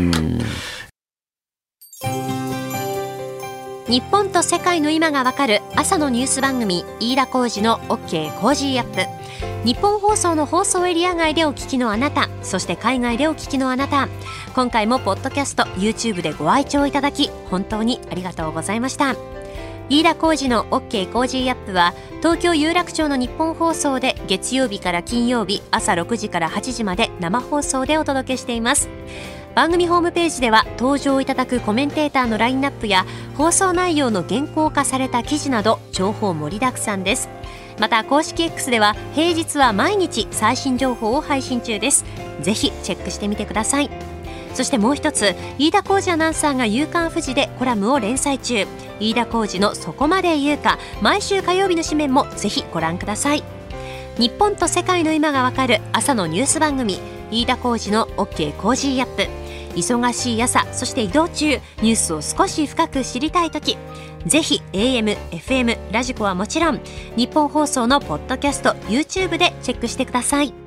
日本と世界の今がわかる朝のニュース番組、飯田浩司の OK コージーアップ。日本放送の放送エリア外でお聞きのあなた、そして海外でお聞きのあなた、今回もポッドキャスト YouTube でご愛聴いただき本当にありがとうございました。飯田浩司の OK コージーアップは東京有楽町の日本放送で月曜日から金曜日朝ろくじからはちじまで生放送でお届けしています。番組ホームページでは登場いただくコメンテーターのラインナップや放送内容の原稿化された記事など情報盛りだくさんです。また公式 X では平日は毎日最新情報を配信中です。ぜひチェックしてみてください。そしてもう一つ、飯田浩司アナウンサーが夕刊フジでコラムを連載中、飯田浩司のそこまで言うか、毎週火曜日の紙面もぜひご覧ください。日本と世界の今がわかる朝のニュース番組、飯田浩司の OK コージーアップ。忙しい朝、そして移動中、ニュースを少し深く知りたいとき、ぜひ エーエム、エフエム、ラジコはもちろん日本放送のポッドキャスト YouTube でチェックしてください。